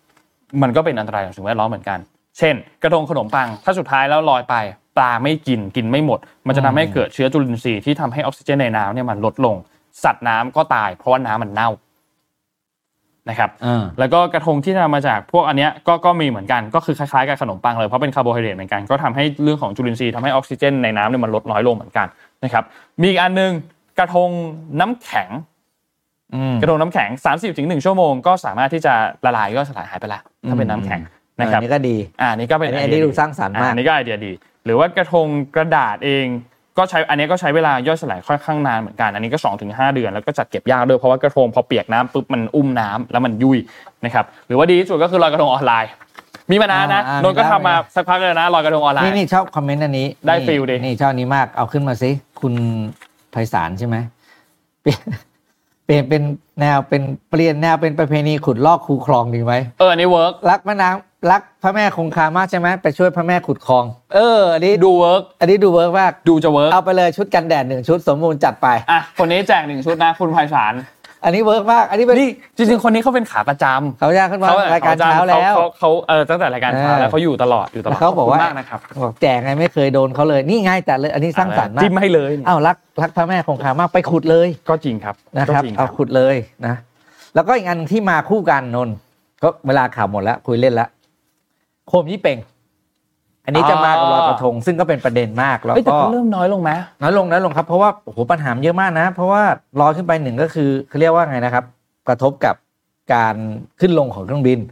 มันก็เป็นอันตรายต่อสิ่งแวดล้อมเหมือนกันเช่นกระทงขนมปังถ้าสุดท้ายแล้วลอยไปปลาไม่กินไม่หมดมันจะทำให้เกิดเชื้อจุลินทรีย์ที่ทำให้ออกซิเจนในน้ำเนี่ยมันลดลงสัตว์น้ำก็ตายเพราะว่าน้ำมันเน่านะครับแล้วก็กระทงที่ทำมาจากพวกอันเนี้ยก็มีเหมือนกันก็คือคล้ายๆกับขนมปังเลยเพราะเป็นคาร์โบไฮเดรตเหมือนกันก็ทำให้เรื่องของจุลินทรีย์ทำให้ออกซิเจนในน้ำเนี่ยมันลดน้อยลงเหมือนกันนะครับมีอีกอันนึงกระทงน้ำแข็งกระทงน้ำแข็ง 30-1 ชั่วโมงก็สามารถที่จะละลายก็สลายหายไปแล้วถ้าเป็นน้ำแข็งนะครับนี่ก็ดีนี่ก็เป็นอันนี้ดูสร้างสรรค์มากนี่ก็ไอเดียดีหรือว่ากระทงกระดาษเองก็ใช้อันนี้ก็ใช้เวลาย่อยสลายค่อนข้างนานเหมือนกันอันนี้ก็ 2-5 เดือนแล้วก็จัดเก็บยากด้วยเพราะว่ากระทงพอเปียกน้ำปุ๊บมันอุ้มน้ำแล้วมันยุ่ยนะครับหรือว่าดีที่สุดก็คือลอยกระทงออนไลน์มีมานานนะนนก็ทำมาสักพักเลยนะลอยกระทงออนไลน์นี่ชอบคอมเมนต์อันนี้ได้ฟีลดินี่ชอบนี้มากเอาขึ้นมาสิคุณไพศาลใช่ไหมเปลี่ยนเป็นแนวเป็นเปลี่ยนแนวเป็นประเพณีขุดลอกคูคลองดีไหมอันนี้เวิร์กรักแม่น้ำรักพระแม่คงคามากใช่ไหมไปช่วยพระแม่ขุดคลองอันนี้ดูเวิร์กอันนี้ดูเวิร์กมากดูจะเวิร์กเอาไปเลยชุดกันแดด1ชุดสมบูรณ์จัดไปคนนี้แจก1ชุดนะคุณไพศาลอันนี้เวิร์กมากอันนี้เป็นนี่จริงๆคนนี้เขาเป็นขาประจำเขาย่างขึ้นมารายการเช้าแล้วเขาตั้งแต่รายการเช้าแล้วเขาอยู่ตลอดเขาบอกว่านะครับบอกแจกไงไม่เคยโดนเขาเลยนี่ไงจัดเลยอันนี้สร้างสรรค์มากจิ้มให้เลยรักพระแม่คงคามากไปขุดเลยก็จริงครับนะครับเอาขุดเลยนะแล้วก็อีกอันที่มาคู่กันนนก็เวลาข่าวหมดแล้วคุยเล่นแล้วโคมยี่เป่งอันนี้จะมากับลอยกระทงซึ่งก็เป็นประเด็นมากแล้วก็เริ่มน้อยลงไหมน้อยลงครับเพราะว่าโอ้โหปัญหาเยอะมากนะเพราะว่าลอยขึ้นไป1ก็คือเขาเรียกว่าไงนะครับกระทบกับการขึ้นลงของเครื่องบิน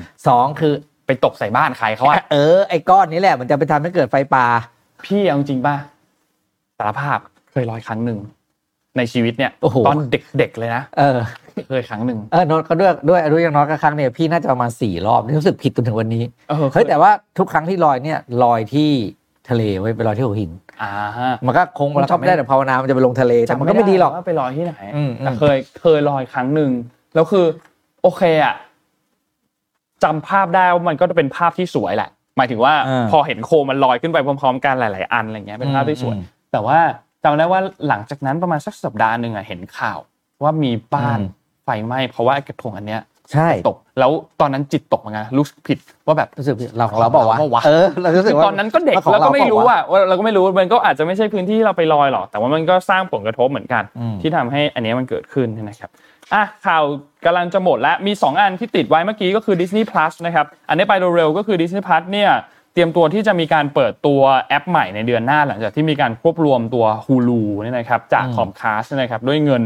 2คือไปตกใส่บ้านใครเขาไอ้ก้อนนี้แหละมันจะไปทำให้เกิดไฟป่าพี่เอาจริงป่ะสารภาพเคยลอยครั้งนึงในชีวิตเนี่ยตอนเด็กๆเลยนะเคยครั้งนึงโน้ตก็ด้วยอายุยังน้อยก็ครั้งเนี่ยพี่น่าจะประมาณ4 รอบรู้สึกผิดจนถึงวันนี้เฮ้ยแต่ว่าทุกครั้งที่ลอยเนี่ยลอยที่ทะเลไว้ไปลอยที่หัวหินมันก็คงเราชอบได้แต่ภาวนามันจะไปลงทะเลแต่มันก็ไม่ดีหรอกว่าไปลอยที่ไหนแต่เคยลอยครั้งนึงแล้วคือโอเคอ่ะจำภาพได้ว่ามันก็จะเป็นภาพที่สวยแหละหมายถึงว่าพอเห็นโคมมันลอยขึ้นไปพร้อมๆกันหลายๆอันอะไรเงี้ยเป็นภาพที่สวยแต่ว่าจำได้ว่าหลังจากนั้นประมาณสักสัปดาห์นึงอ่ะเห็นข่าวว่ามีบ้านไฟไหม้เพราะว่ากระทงอันเนี้ยใช่ตกแล้วตอนนั้นจิตตกเหมือนกันรู้สึกผิดว่าแบบรู้สึกเราบอกว่าเรารู้สึกว่าตอนนั้นก็เด็กแล้วก็ไม่รู้ว่าเราก็ไม่รู้มันก็อาจจะไม่ใช่พื้นที่เราไปลอยหรอกแต่ว่ามันก็สร้างผลกระทบเหมือนกันที่ทำให้อันนี้มันเกิดขึ้นนะครับข่าวกำลังจะหมดแล้วมี2อันที่ติดไว้เมื่อกี้ก็คือ Disney Plus นะครับอันนี้ไปเร็วๆก็คือ Disney Plus เนี่ยเตรียมตัวที่จะมีการเปิดตัวแอปใหม่ในเดือนหน้าหลังจากที่มีการควบรวมตัว Hulu นี่นะครับจาก Comcast นะครับด้วยเงิน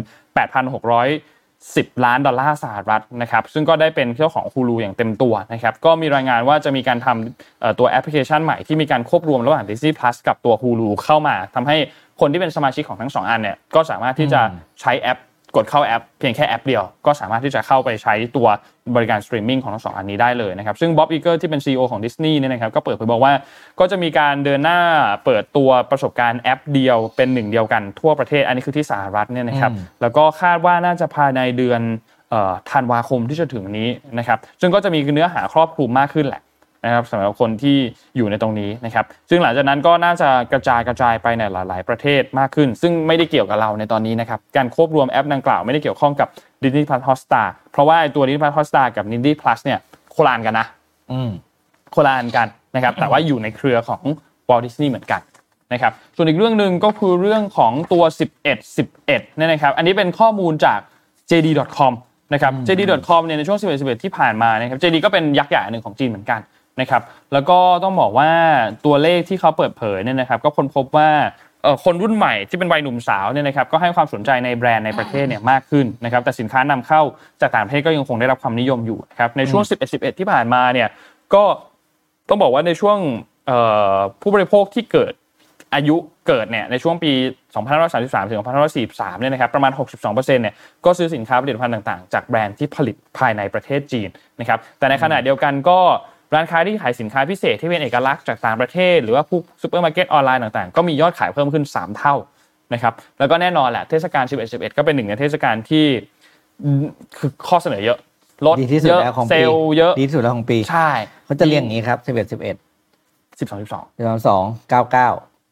$8,610 ล้านนะครับซึ่งก็ได้เป็นเจ้าของ Hulu อย่างเต็มตัวนะครับก็มีรายงานว่าจะมีการทำตัวแอปพลิเคชันใหม่ที่มีการควบรวมระหว่าง Disney Plus กับตัว Hulu เข้ามาทำให้คนที่เป็นสมาชิกของทั้ง2อันเนี่ยก็สามารถที่จะใช้แอปกดเข้าแอปเพียงแค่แอปเดียวก็สามารถที่จะเข้าไปใช้ตัวบริการสตรีมมิ่งของทั้ง2อันนี้ได้เลยนะครับซึ่งบ๊อบ อีเกิลที่เป็น CEO ของ Disney เนี่ยนะครับก็เปิดเผยบอกว่าก็จะมีการเดินหน้าเปิดตัวประสบการณ์แอปเดียวเป็นหนึ่งเดียวกันทั่วประเทศอันนี้คือที่สหรัฐเนี่ยนะครับแล้วก็คาดว่าน่าจะภายในเดือนธันวาคมที่จะถึงนี้นะครับซึ่งก็จะมีเนื้อหาครอบคลุมมากขึ้นแหละนะครับสำหรับคนที่อยู่ในตรงนี้นะครับซึ่งหลังจากนั้นก็น่าจะกระจายไปในหลายๆประเทศมากขึ้นซึ่งไม่ได้เกี่ยวกับเราในตอนนี้นะครับการควบรวมแอปดังกล่าวไม่ได้เกี่ยวข้องกับ Disney Plus Hotstar เพราะว่าตัว Disney Plus Hotstar กับ Disney Plus เนี่ยโคลานกันนะโคลานกันนะครับแต่ว่าอยู่ในเครือของ Walt Disney เหมือนกันนะครับส่วนอีกเรื่องนึงก็คือเรื่องของตัว11เนี่ยนะครับอันนี้เป็นข้อมูลจาก JD.com นะครับ JD.com เนี่ยในช่วง11ที่ผ่านมานะครับ JD ก็เป็นยักษ์ใหญ่นึงของจีนเหมือนกันนะครับแล้วก็ต้องบอกว่าตัวเลขที่เขาเปิดเผยเนี่ยนะครับก็ค้นพบว่าคนรุ่นใหม่ที่เป็นวัยหนุ่มสาวเนี่ยนะครับก็ให้ความสนใจในแบรนด์ในประเทศเนี่ยมากขึ้นนะครับแต่สินค้านำเข้าจากต่างประเทศก็ยังคงได้รับความนิยมอยู่นะครับในช่วง11ที่ผ่านมาเนี่ยก็ต้องบอกว่าในช่วงผู้บริโภคที่เกิดอายุเกิดเนี่ยในช่วงปี2533ถึง2543เนี่ยนะครับประมาณ 62% เนี่ยก็ซื้อสินค้าผลิตภัณฑ์ต่างๆจากแบรนด์ที่ผลิตภายในประเทศจีนนะครับแต่ในขณะเดียวกันก็ร้านค้าที่ขายสินค้าพิเศษที่เป็นเอกลักษณ์จากต่างประเทศหรือว่าพวกซุปเปอร์มาร์เก็ตออนไลน์ต่างๆก็มียอดขายเพิ่มขึ้น3เท่านะครับแล้วก็แน่นอนแหละเทศกาล11ก็เป็นหนึ่งในเทศกาลที่คือข้อเสนอเยอะลดเยอะเซลล์เยอะดีที่สุดแล้วของปีใช่เขาจะเรียงอย่างนี้ครับ11 12 99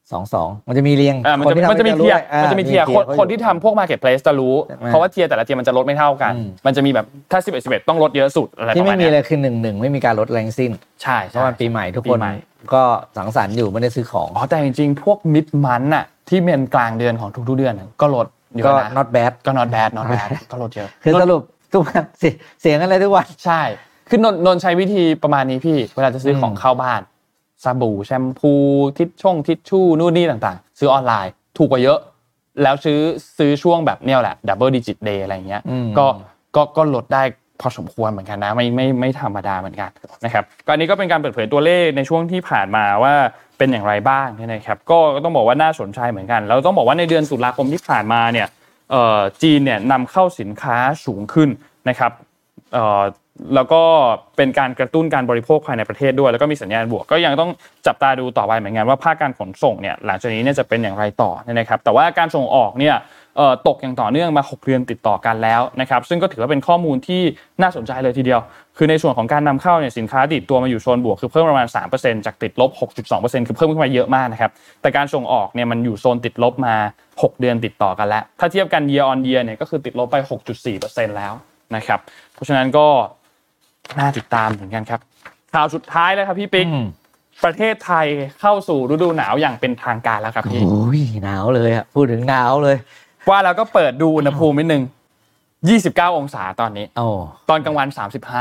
22มันจะมีเรียงมันจะมีเทียร์คนที่ทำพวก marketplace จะรู้เพราะว่าเทียร์แต่ละเทียร์มันจะลดไม่เท่ากันมันจะมีแบบถ้า11ต้องลดเยอะสุดอะไรประมาณนี้ที่ไม่มีเลยคือ11ไม่มีการลดแรงสิ้นใช่เพราะวันปีใหม่ทุกคนก็สังสรรค์อยู่ไม่ได้ซื้อของแต่จริงๆพวก mid month น่ะที่เป็นกลางเดือนของทุกๆเดือนก็ลดเยอะนะ not bad ก็ not bad ก็ลดเยอะคือสรุปทุกวันเสียงอะไรทุกวันใช่คือนนใช้วิธีประมาณนี้พี่เวลาจะซื้อของเข้าบ้านสบู่แชมพูทิชชู่นู่นนี่ต่างๆซื้อออนไลน์ถูกกว่าเยอะแล้วซื้อช่วงแบบเนี่ยแหละ double digit day อะไรเงี้ยก็ลดได้พอสมควรเหมือนกันนะไม่ธรรมดาเหมือนกันนะครับก็อันนี้ก็เป็นการเปิดเผยตัวเลขในช่วงที่ผ่านมาว่าเป็นอย่างไรบ้างนะครับก็ต้องบอกว่าน่าสนใจเหมือนกันแล้วต้องบอกว่าในเดือนตุลาคมที่ผ่านมาเนี่ยจีนเนี่ยนำเข้าสินค้าสูงขึ้นนะครับแล้วก็เป็นการกระตุ้นการบริโภคภายในประเทศด้วยแล้วก็มีสัญญาณบวกก็ยังต้องจับตาดูต่อไปเหมือนกันว่าภาคการขนส่งเนี่ยหลังจากนี้เนี่ยจะเป็นอย่างไรต่อนะครับแต่ว่าการส่งออกเนี่ยตกอย่างต่อเนื่องมา6เดือนติดต่อกันแล้วนะครับซึ่งก็ถือว่าเป็นข้อมูลที่น่าสนใจเลยทีเดียวคือในส่วนของการนำเข้าเนี่ยสินค้าดิบตัวมาอยู่โซนบวกคือเพิ่มประมาณ 3% จากติดลบ 6.2% คือเพิ่มขึ้นมาเยอะมากนะครับแต่การส่งออกเนี่ยมันอยู่โซนติดลบมา6เดือนติดต่อกันแล้วถ้าเทียบกัน year on year เนี่ยก็คือติดลบไป 6.4% แล้วนะครับเพราะฉะนั้นก็น่าติดตามเหมือนกันครับข่าวสุดท้ายแล้วครับพี่ปิ๊กประเทศไทยเข้าสู่ฤดูหนาวอย่างเป็นทางการแล้วครับพี่โอ้ยหนาวเลยอ่ะพูดถึงหนาวเลยว่าแล้วก็เปิดดูอุณหภูมินิดนึง29องศาตอนนี้ตอนกลางวัน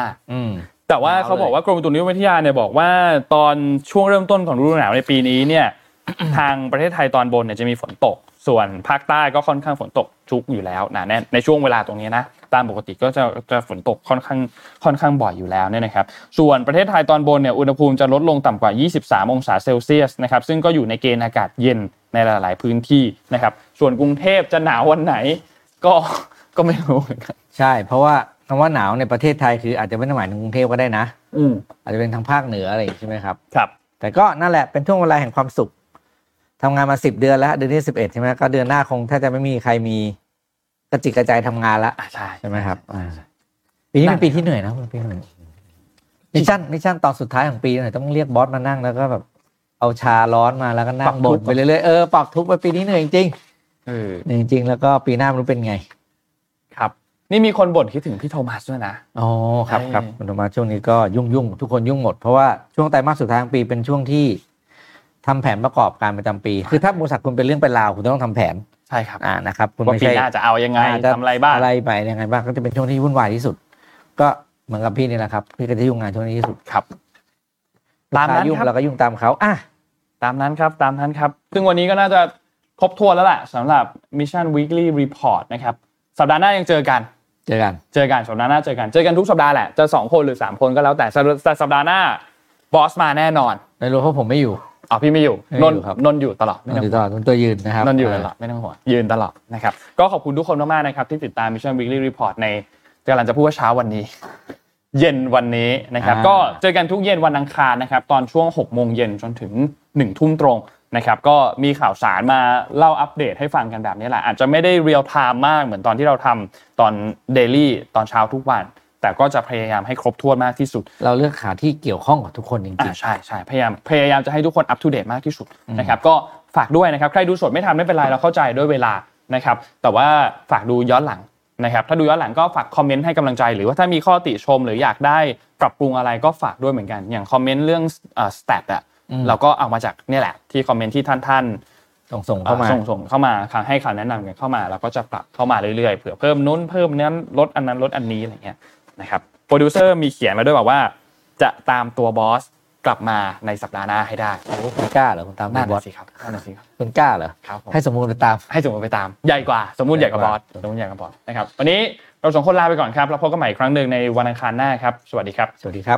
35แต่ว่าเขาบอกว่ากรมอุตุนิยมวิทยาเนี่ยบอกว่าตอนช่วงเริ่มต้นของฤดูหนาวในปีนี้เนี่ย ทางประเทศไทยตอนบนเนี่ยจะมีฝนตกส่วนภาคใต้ก็ค่อนข้างฝนตกชุกอยู่แล้วหนาแน่นในช่วงเวลาตรงนี้นะตามปกติก็จะฝนตกค่อนข้างบ่อยอยู่แล้วเนี่ยนะครับส่วนประเทศไทยตอนบนเนี่ยอุณหภูมิจะลดลงต่ำกว่า23องศาเซลเซียสนะครับซึ่งก็อยู่ในเกณฑ์อากาศเย็นในหลายๆพื้นที่นะครับส่วนกรุงเทพจะหนาววันไหนก็ไม่รู้เหมือนกันใช่เพราะว่าคำว่าหนาวในประเทศไทยคืออาจจะไม่ได้หมายถึงกรุงเทพก็ได้นะอาจจะเป็นทางภาคเหนืออะไรใช่ไหมครับครับแต่ก็นั่นแหละเป็นช่วงเวลาแห่งความสุขทำงานมา10เดือนแล้วเดือนที่11ใช่ไหมก็เดือนหน้าคงถ้าจะไม่มีใครมีกระจิกกระจายทำงานแล้วใช่ไหมครับปีนี้เป็นปีที่เหนื่อยนะปีหนึ่งมิชชั่นตอนสุดท้ายของปีหน่อยต้องเรียกบอสมานั่งแล้วก็แบบเอาชาร้อนมาแล้วก็นั่งบ่นไปเรื่อยๆปรับทุกข์ไปปีนี้เหนื่อยจริงจริงๆแล้วก็ปีหน้าไม่รู้เป็นไงครับนี่มีคนบ่นคิดถึงพี่โทมัสด้วยนะครับคุณโทมัสช่วงนี้ก็ยุ่งทุกคนยุ่งหมดเพราะว่าช่วงไตรมาสสุดท้ายของปีเป็นช่วงที่ทำแผนประกอบการประจำปีคือถ้าบริษัทคุณเป็นเรื่องเป็นราวคุณต้องทำแผนใช่ครับนะครับคุณไม่ใช่ปีหน้าจะเอายังไงทำอะไรบ้างอะไรไปยังไงบ้างก็จะเป็นช่วงที่วุ่นวายที่สุดก็เหมือนกับพี่นี่แหละครับพี่ก็จะยุ่งงานช่วงนี้ที่สุดครับตามนั้นยุ่งเราก็ยุ่งตามเขาตามนั้นครับซึ่งวันนี้ก็น่าจะครบถ้วนแล้วแหละสำหรับ Mission Weekly Report นะครับสัปดาห์หน้ายังเจอกันสัปดาห์หน้าเจอกันทุกสัปดาห์แหละจะ2คนหรือ3คนก็แล้วแต่สัปดาห์หน้าบอสมาแน่นอนไม่รู้เพราะผมไม่อยู่พี่ไม่อยู่นนอยู่ตลอดไม่ต้องตลอดตัวยืนนะครับนนอยู่ตลอดไม่ต้องห่วงยืนตลอดนะครับก็ขอบคุณทุกคนมากๆนะครับที่ติดตาม Mission Weekly Report ในกำลังจะพูดว่าเช้าวันนี้เย็นวันนี้นะครับก็เจอกันทุกเย็นวันอังคารนะครับตอนช่วง 6:00 นจนถึง 1 ทุ่มตรงนะครับก็มีข่าวสารมาเล่าอัปเดตให้ฟังกันแบบนี้แหละอาจจะไม่ได้เรียลไทม์มากเหมือนตอนที่เราทำตอน Daily ตอนเช้าทุกวันแต่ก็จะพยายามให้ครบถ้วนมากที่สุดเราเลือกหาที่เกี่ยวข้องกับทุกคนจริงๆใช่พยายามจะให้ทุกคนอัปทูเดตมากที่สุดนะครับก็ฝากด้วยนะครับใครดูสดไม่ทันไม่เป็นไรเราเข้าใจด้วยเวลานะครับแต่ว่าฝากดูย้อนหลังนะครับถ้าดูย้อนหลังก็ฝากคอมเมนต์ให้กำลังใจหรือว่าถ้ามีข้อติชมหรืออยากได้ปรับปรุงอะไรก็ฝากด้วยเหมือนกันอย่างคอมเมนต์เรื่องstat เราก็เอามาจากนี่แหละที่คอมเมนต์ที่ท่านส่งเข้ามาให้คำแนะนำกันเข้ามาแล้วก็จะปรับเข้ามาเรื่อยๆเผื่อเพิ่มนู้นเพิ่มนั้นลดอันนั้นลดอันนี้อะไรเงี้ยนะครับโปรดิวเซอร์มีเขียนมาด้วยบอกว่าจะตามตัวบอสกลับมาในสัปดาห์หน้าให้ได้คุณกล้าเหรอคุณตามบอสสิครับคุณกล้าเหรอให้สมมุติไปตามใหญ่กว่าสมมุติใหญ่กว่าบอสนะครับวันนี้เรา2คนลาไปก่อนครับแล้วพบกันใหม่อีกครั้งนึงในวันอังคารหน้าครับสวัสดีครับ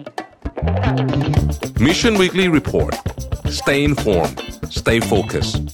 Mission Weekly Report Stay informed Stay focused